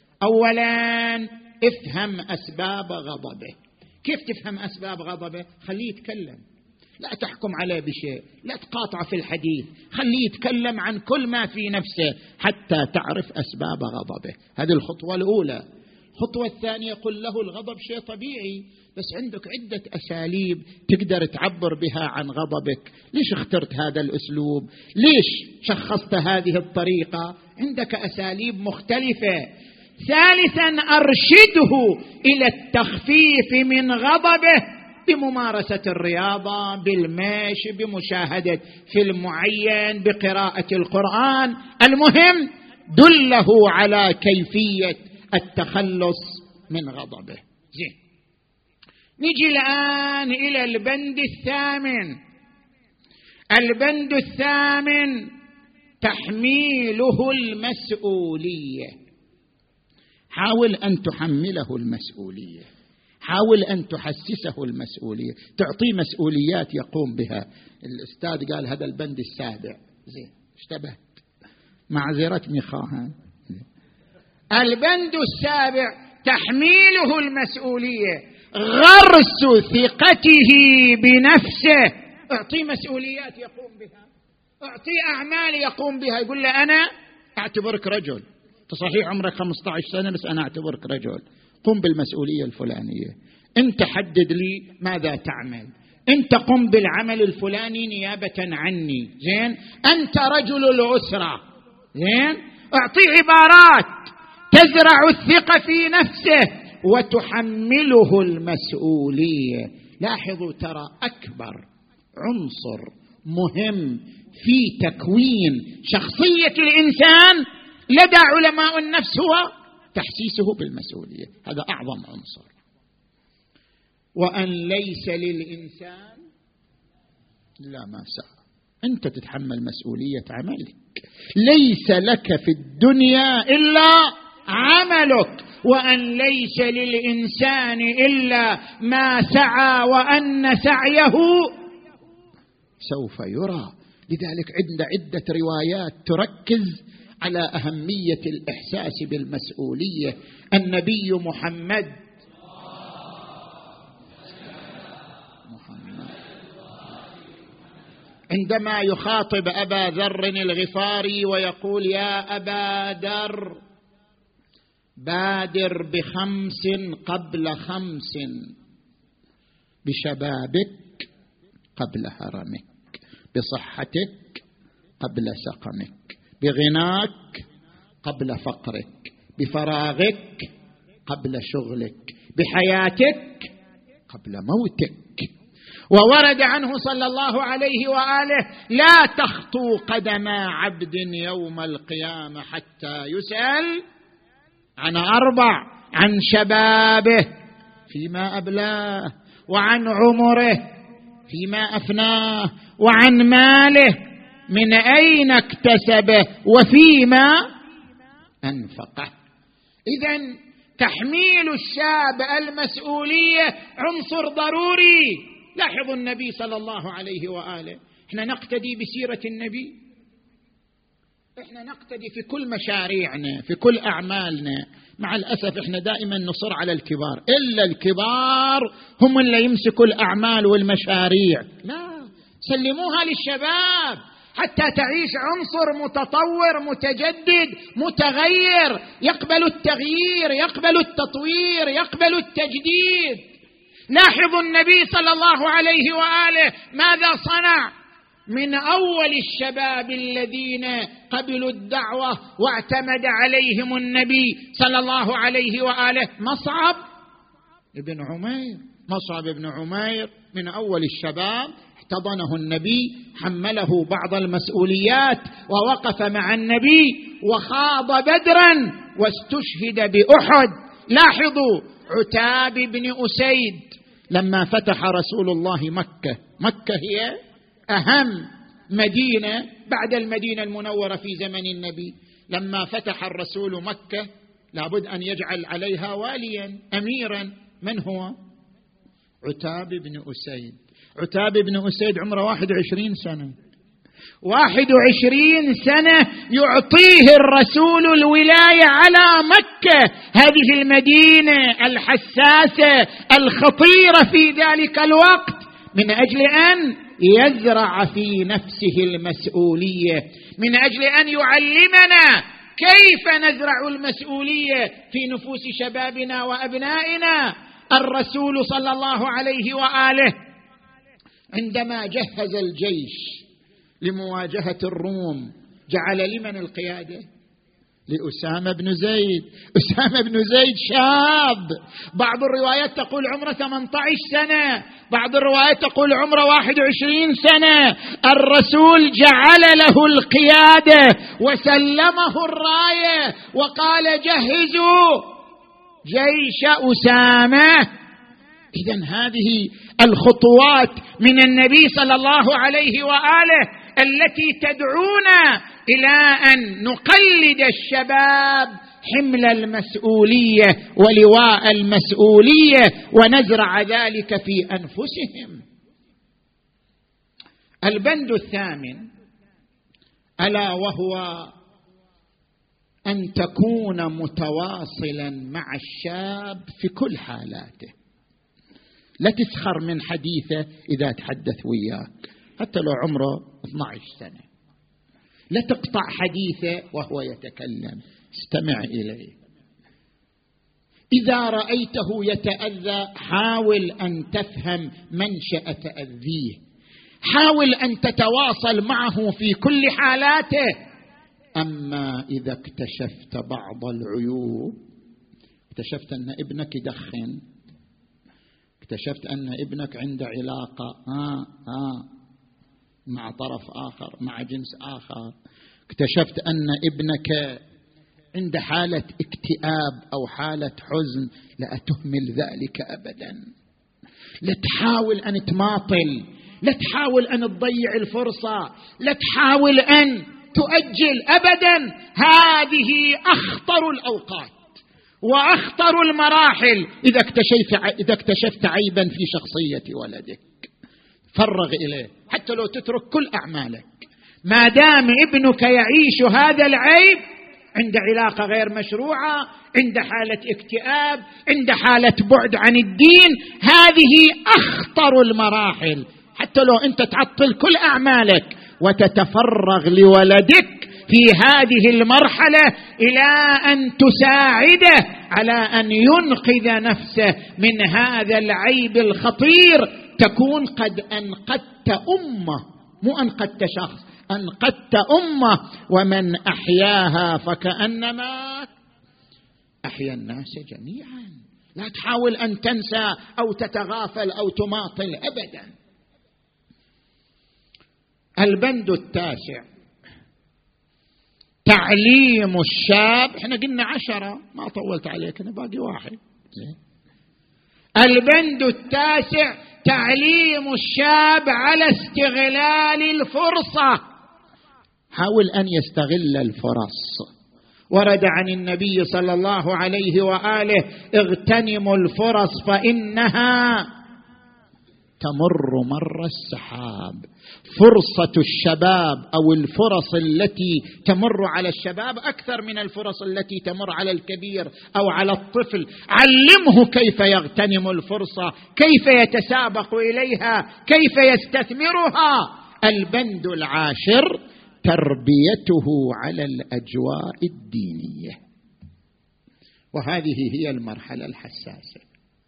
أولاً افهم أسباب غضبه. كيف تفهم أسباب غضبه؟ خليه يتكلم، لا تحكم عليه بشيء، لا تقاطع في الحديث، خليه يتكلم عن كل ما في نفسه حتى تعرف أسباب غضبه. هذه الخطوة الأولى. الخطوة الثانية: قل له الغضب شيء طبيعي، بس عندك عدة أساليب تقدر تعبر بها عن غضبك. ليش اخترت هذا الأسلوب؟ ليش شخصت هذه الطريقة؟ عندك أساليب مختلفة. ثالثا: أرشده إلى التخفيف من غضبه بممارسة الرياضة، بالمشي، بمشاهدة فيلم معين، بقراءة القرآن. المهم دله على كيفية التخلص من غضبه. زين، نجي الآن إلى البند الثامن. البند الثامن: تحميله المسؤولية. حاول أن تحمله المسؤولية، حاول أن تحسسه المسؤولية، تعطيه مسؤوليات يقوم بها. الأستاذ قال هذا البند السابع، زين اشتبهت، معذرتني خواهان. البند السابع: تحميله المسؤولية، غرس ثقته بنفسه. اعطيه مسؤوليات يقوم بها، اعطيه أعمال يقوم بها. يقول له أنا أعتبرك رجل، صحيح عمرك خمسة عشر سنة بس أنا أعتبرك رجل، قم بالمسؤولية الفلانية، أنت حدد لي ماذا تعمل، أنت قم بالعمل الفلاني نيابة عني. زين، أنت رجل الأسرة، زين، اعطيه عبارات تزرع الثقة في نفسه وتحمله المسؤولية. لاحظوا ترى أكبر عنصر مهم في تكوين شخصية الإنسان لدى علماء النفس هو تحسيسه بالمسؤولية. هذا أعظم عنصر. وأن ليس للإنسان إلا ما سعى. أنت تتحمل مسؤولية عملك، ليس لك في الدنيا إلا عملك، وأن ليس للإنسان إلا ما سعى وأن سعيه سوف يرى. لذلك عند عدة روايات تركز على أهمية الإحساس بالمسؤولية. النبي محمد عندما يخاطب أبا ذر الغفاري ويقول يا أبا ذر بادر بخمس قبل خمس، بشبابك قبل هرمك، بصحتك قبل سقمك، بغناك قبل فقرك، بفراغك قبل شغلك، بحياتك قبل موتك. وورد عنه صلى الله عليه وآله لا تخطو قدم عبد يوم القيامة حتى يسأل عن أربع: عن شبابه فيما أبلاه، وعن عمره فيما أفناه، وعن ماله من أين اكتسبه وفيما أنفقه. إذن تحميل الشاب المسؤولية عنصر ضروري. لاحظوا النبي صلى الله عليه وآله، احنا نقتدي بسيرة النبي، احنا نقتدي في كل مشاريعنا في كل أعمالنا. مع الأسف احنا دائما نصر على الكبار، إلا الكبار هم اللي يمسكوا الأعمال والمشاريع. لا، سلموها للشباب حتى تعيش عنصر متطور متجدد متغير، يقبل التغيير، يقبل التطوير، يقبل التجديد. لاحظوا النبي صلى الله عليه وآله ماذا صنع من أول الشباب الذين قبلوا الدعوة واعتمد عليهم النبي صلى الله عليه وآله. مصعب ابن عمير، مصعب ابن عمير من أول الشباب، احتضنه النبي، حمله بعض المسؤوليات، ووقف مع النبي وخاض بدرا واستشهد بأحد. لاحظوا عتاب بن أسيد لما فتح رسول الله مكة، مكة هي أهم مدينة بعد المدينة المنورة في زمن النبي. لما فتح الرسول مكة لابد أن يجعل عليها واليا أميرا. من هو؟ عتاب بن أسيد. عتاب بن أسيد عمره واحد وعشرين سنة، واحد وعشرين سنة يعطيه الرسول الولاية على مكة، هذه المدينة الحساسة الخطيرة في ذلك الوقت، من أجل أن يزرع في نفسه المسؤولية، من أجل أن يعلمنا كيف نزرع المسؤولية في نفوس شبابنا وأبنائنا. الرسول صلى الله عليه وآله عندما جهز الجيش لمواجهة الروم جعل لمن القيادة؟ لأسامة بن زيد. أسامة بن زيد شاب، بعض الروايات تقول عمره ثمانية عشر سنة، بعض الروايات تقول عمره واحد وعشرين سنة. الرسول جعل له القيادة وسلمه الراية وقال جهزوا جيش أسامة. إذن هذه الخطوات من النبي صلى الله عليه وآله التي تدعونا إلى أن نقلد الشباب حمل المسؤولية ولواء المسؤولية ونزرع ذلك في أنفسهم. البند الثامن ألا وهو أن تكون متواصلا مع الشاب في كل حالاته. لا تسخر من حديثه إذا تحدث وياك حتى لو عمره اثني عشر سنة، لا تقطع حديثه وهو يتكلم، استمع إليه. إذا رأيته يتأذى حاول أن تفهم منشأ تأذيه، حاول أن تتواصل معه في كل حالاته. أما إذا اكتشفت بعض العيوب، اكتشفت أن ابنك يدخن، اكتشفت أن ابنك عنده علاقة آه آه مع طرف آخر، مع جنس آخر، اكتشفت أن ابنك عنده حالة اكتئاب أو حالة حزن، لا تهمل ذلك أبدا. لا تحاول أن تماطل، لا تحاول أن تضيع الفرصة، لا تحاول أن تؤجل أبدا. هذه أخطر الأوقات وأخطر المراحل إذا اكتشفت إذا اكتشفت عيبا في شخصية ولدك. فرغ إليه حتى لو تترك كل أعمالك، ما دام ابنك يعيش هذا العيب، عند علاقة غير مشروعة، عند حالة اكتئاب، عند حالة بعد عن الدين، هذه أخطر المراحل. حتى لو أنت تعطل كل أعمالك وتتفرغ لولدك في هذه المرحلة إلى أن تساعده على أن ينقذ نفسه من هذا العيب الخطير، تكون قد أنقذت أمة، مو أنقذت شخص، أنقذت أمة. ومن أحياها فكأنما أحيا الناس جميعا. لا تحاول أن تنسى أو تتغافل أو تماطل أبدا. البند التاسع تعليم الشاب. احنا قلنا عشرة، ما طولت عليك، أنا باقي واحد. البند التاسع تعليم الشاب على استغلال الفرصة. حاول أن يستغل الفرص. ورد عن النبي صلى الله عليه وآله: اغتنموا الفرص فإنها تمر مر السحاب. فرصة الشباب أو الفرص التي تمر على الشباب أكثر من الفرص التي تمر على الكبير أو على الطفل. علمه كيف يغتنم الفرصة، كيف يتسابق إليها، كيف يستثمرها. البند العاشر تربيته على الأجواء الدينية، وهذه هي المرحلة الحساسة.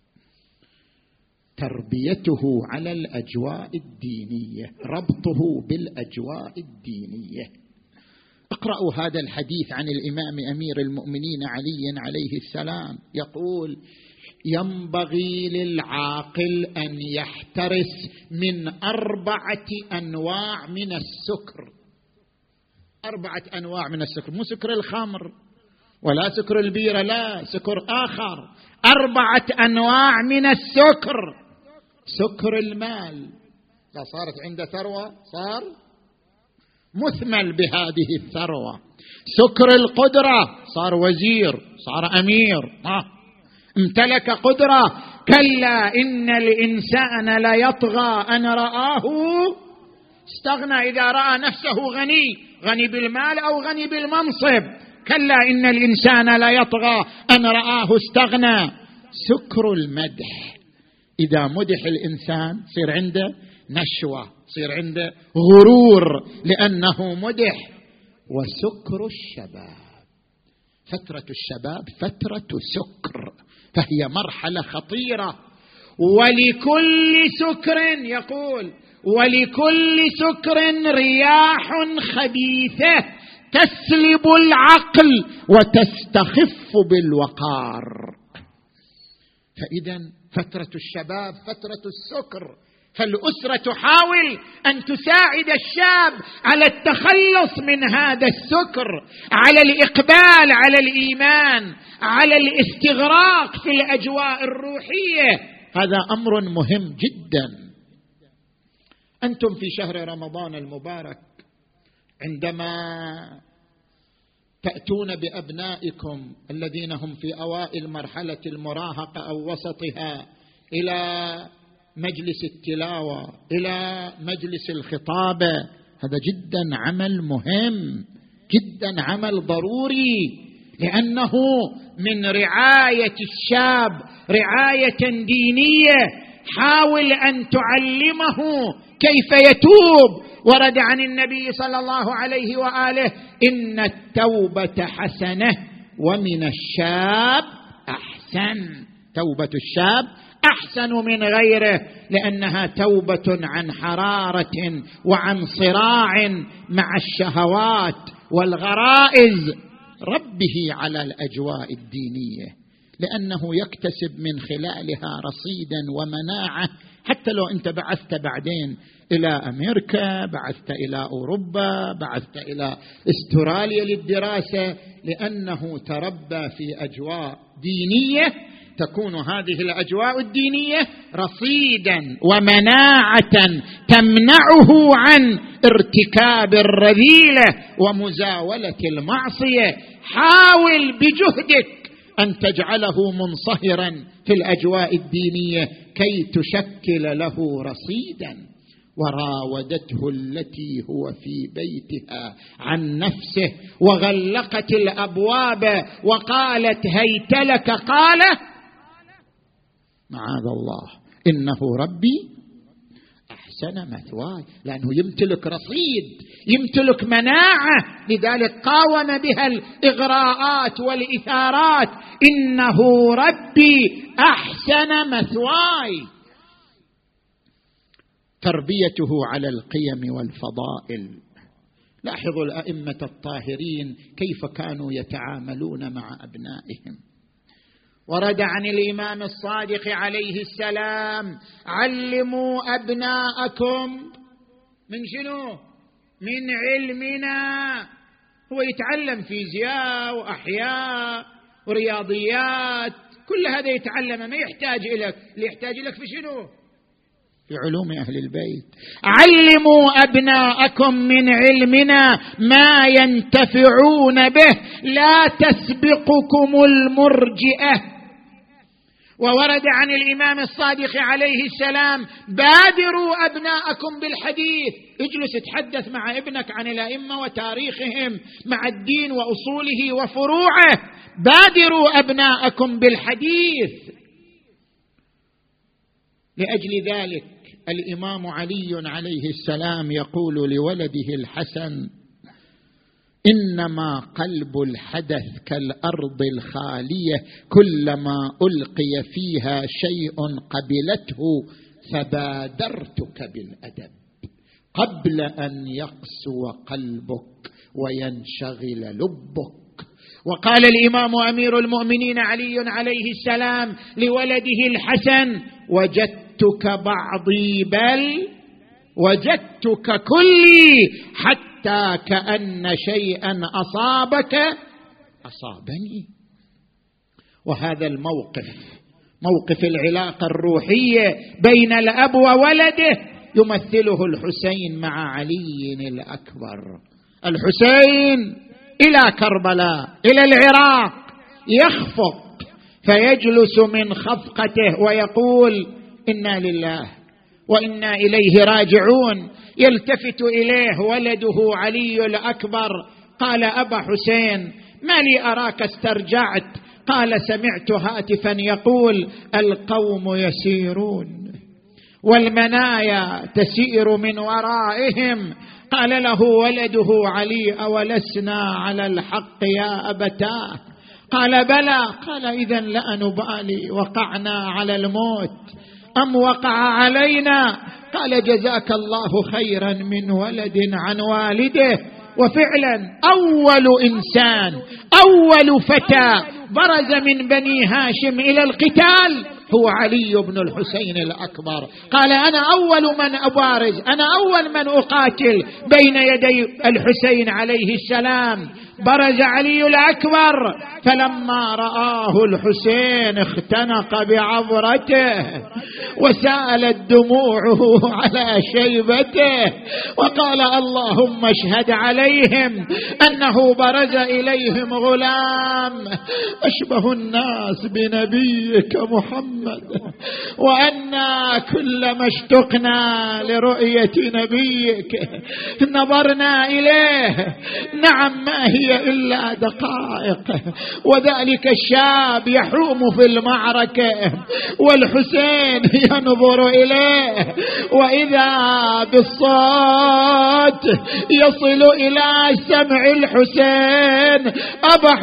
تربيته على الأجواء الدينية، ربطه بالأجواء الدينية. اقرأوا هذا الحديث عن الإمام أمير المؤمنين علي عليه السلام، يقول: ينبغي للعاقل أن يحترس من أربعة أنواع من السكر. أربعة أنواع من السكر، مو سكر الخمر ولا سكر البيرة، لا، سكر آخر. أربعة أنواع من السكر. سكر المال، لا صارت عنده ثروة صار مثمل بهذه الثروة. سكر القدرة، صار وزير، صار أمير، آه. امتلك قدرة. كلا إن الإنسان لا يطغى أن رآه استغنى. إذا رأى نفسه غني، غني بالمال أو غني بالمنصب، كلا إن الإنسان لا يطغى أن رآه استغنى. سكر المدح، إذا مدح الإنسان صير عنده نشوة، صير عنده غرور لأنه مدح. وسكر الشباب، فترة الشباب فترة سكر، فهي مرحلة خطيرة. ولكل سكر، يقول: ولكل سكر رياح خبيثة تسلب العقل وتستخف بالوقار. فإذا فترة الشباب فترة السكر، فالأسرة تحاول أن تساعد الشاب على التخلص من هذا السكر، على الإقبال على الإيمان، على الاستغراق في الأجواء الروحية. هذا أمر مهم جدا. أنتم في شهر رمضان المبارك عندما تأتون بأبنائكم الذين هم في أوائل مرحلة المراهقة أو وسطها إلى مجلس التلاوة، إلى مجلس الخطابة، هذا جدا عمل مهم، جدا عمل ضروري، لأنه من رعاية الشاب رعاية دينية. حاول أن تعلمه كيف يتوب. ورد عن النبي صلى الله عليه وآله: إن التوبة حسنة ومن الشاب أحسن. توبة الشاب أحسن من غيره، لأنها توبة عن حرارة وعن صراع مع الشهوات والغرائز ربه على الأجواء الدينية، لأنه يكتسب من خلالها رصيدا ومناعة. حتى لو أنت بعثت بعدين إلى أمريكا، بعثت إلى أوروبا، بعثت إلى استراليا للدراسة، لأنه تربى في أجواء دينية، تكون هذه الأجواء الدينية رصيدا ومناعة تمنعه عن ارتكاب الرذيلة ومزاولة المعصية. حاول بجهدك أن تجعله منصهرا في الأجواء الدينية كي تشكل له رصيدا. وراودته التي هو في بيتها عن نفسه وغلقت الأبواب وقالت هيت لك، قال معاذ الله إنه ربي أحسن مثواي، لأنه يمتلك رصيد، يمتلك مناعة، لذلك قاوم بها الإغراءات والإثارات. إنه ربي أحسن مثواي. تربيته على القيم والفضائل. لاحظوا الأئمة الطاهرين كيف كانوا يتعاملون مع أبنائهم. ورد عن الإمام الصادق عليه السلام: علموا أبناءكم من شنو؟ من علمنا. هو يتعلم فيزياء وأحياء ورياضيات، كل هذا يتعلم، ما يحتاج إليك. اللي يحتاج إليك في شنو؟ في علوم أهل البيت. علموا أبناءكم من علمنا ما ينتفعون به، لا تسبقكم المرجئة. وورد عن الإمام الصادق عليه السلام: بادروا أبناءكم بالحديث. اجلس تحدث مع ابنك عن الأئمة وتاريخهم مع الدين وأصوله وفروعه. بادروا أبناءكم بالحديث. لأجل ذلك الإمام علي عليه السلام يقول لولده الحسن: إنما قلب الحدث كالأرض الخالية، كلما ألقي فيها شيء قبلته، فبادرتك بالأدب قبل أن يقسو قلبك وينشغل لبك. وقال الإمام أمير المؤمنين علي عليه السلام لولده الحسن: وجدتك بعضي بل وجدتك كلي، حتى كأن شيئا أصابك أصابني. وهذا الموقف، موقف العلاقة الروحية بين الأب وولده، يمثله الحسين مع علي الأكبر. الحسين إلى كربلاء، إلى العراق، يخفق فيجلس من خفقته ويقول: إنا لله وإنا إليه راجعون. يلتفت إليه ولده علي الأكبر: قال أبا حسين، ما لي أراك استرجعت؟ قال: سمعت هاتفا يقول: القوم يسيرون والمنايا تسير من ورائهم. قال له ولده علي: أولسنا على الحق يا أبتاه؟ قال: بلى. قال: إذن لا نبالي، وقعنا على الموت أم وقع علينا؟ قال: جزاك الله خيرا من ولد عن والده. وفعلا أول إنسان، أول فتى برز من بني هاشم إلى القتال هو علي بن الحسين الأكبر. قال: أنا أول من أبارز، أنا أول من أقاتل بين يدي الحسين عليه السلام. برز علي الأكبر، فلما رآه الحسين اختنق بعبرته وسالت دموعه على شيبته، وقال: اللهم اشهد عليهم أنه برز إليهم غلام أشبه الناس بنبيك محمد، وأنا كلما اشتقنا لرؤية نبيك نظرنا إليه. نعم، ما هي إلا دقائق، وذلك الشاب يحوم في المعركة والحسين ينظر إليه، وإذا بالصوت يصل إلى سمع الحسين: أبا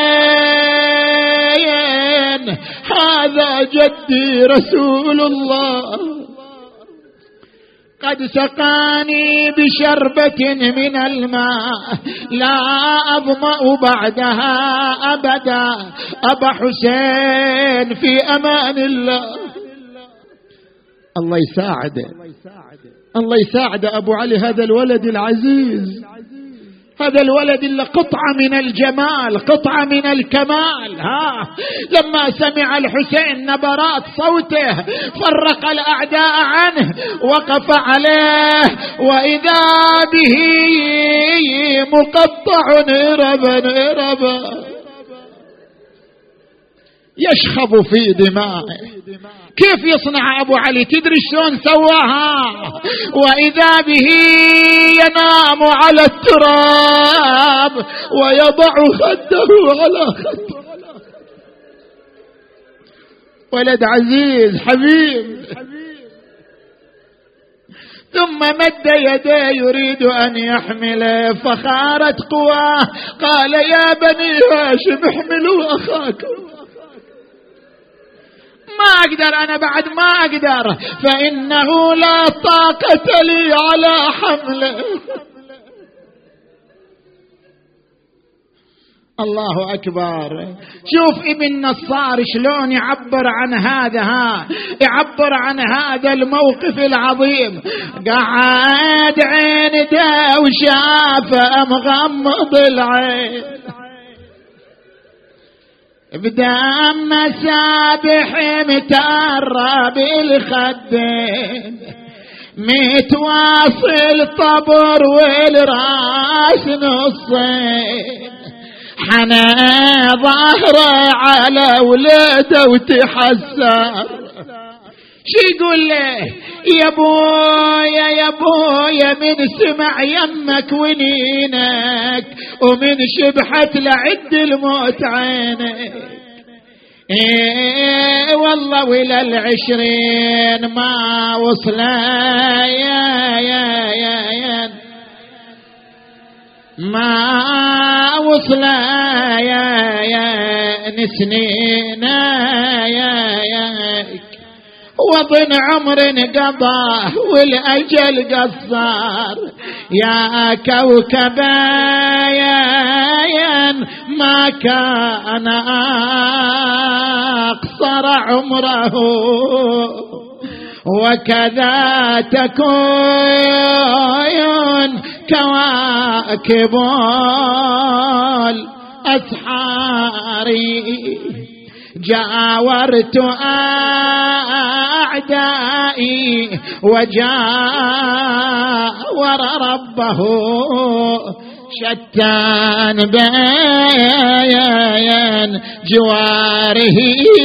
حسين، هذا جدي رسول الله قد سقاني بشربة من الماء لا أظمأ بعدها أبدا. أبا حسين في أمان الله. الله يساعده، الله يساعد أبو علي، هذا الولد العزيز، هذا الولد اللي قطعة من الجمال، قطعة من الكمال. ها لما سمع الحسين نبرات صوته فرق الأعداء عنه، وقف عليه وإذا به مقطع إربا إربا يشخب في دمائه. كيف يصنع أبو علي؟ تدري شلون سواها؟ وإذا به ينام على التراب ويضع خده على خده. ولد عزيز حبيب. ثم مد يديه يريد أن يحمله فخارت قواه، قال يا بني هاشم احملوا أخاكم. ما أقدر أنا بعد، ما أقدر، فإنه لا طاقة لي على حمله. الله أكبر. شوف ابن نصار شلون يعبر عن هذا، ها يعبر عن هذا الموقف العظيم. قعد عين ده وشافه مغمض العين، بدم مسابح متعرب الخدين، متواصل طبر والراس نصين، حنى ظهره على ولاده وتحسر. شي يقول له يا بويا يا بويا من سمع يمك ونينك ومن شبحت لعد الموت عينك. ايه والله ولا العشرين ما وصل يا يا يا يا ما وصل يا يا نسنينا يا يا وطن عمر قضاه والأجل قصار. يا كوكبا يا ما كان أقصر عمره وكذا تكون كواكب الأسحار. جاورت أعدائي وجاور ربه شتان بين جواره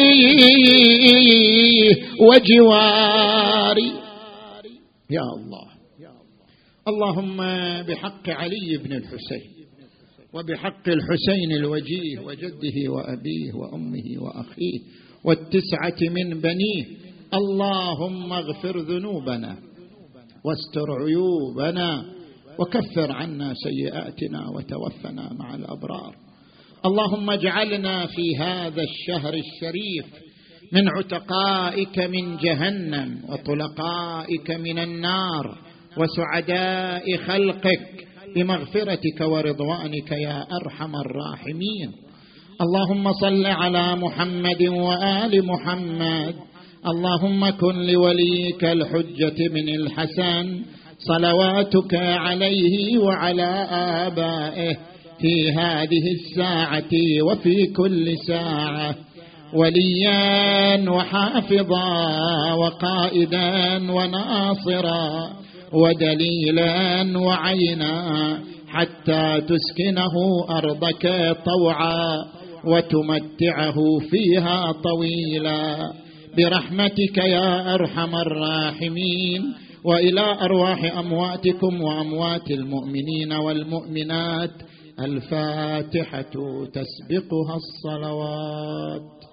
وجواري. يا الله، اللهم بحق علي بن الحسين وبحق الحسين الوجيه وجده وأبيه وأمه وأخيه والتسعة من بنيه، اللهم اغفر ذنوبنا واستر عيوبنا وكفر عنا سيئاتنا وتوفنا مع الأبرار. اللهم اجعلنا في هذا الشهر الشريف من عتقائك من جهنم وطلقائك من النار وسعداء خلقك بمغفرتك ورضوانك يا أرحم الراحمين. اللهم صل على محمد وآل محمد. اللهم كن لوليك الحجة من الحسن صلواتك عليه وعلى آبائه في هذه الساعة وفي كل ساعة وليا وحافظا وقائدا وناصرا ودليلا وعينا حتى تسكنه أرضك طوعا وتمتعه فيها طويلا برحمتك يا أرحم الراحمين. وإلى أرواح أمواتكم وأموات المؤمنين والمؤمنات الفاتحة تسبقها الصلوات.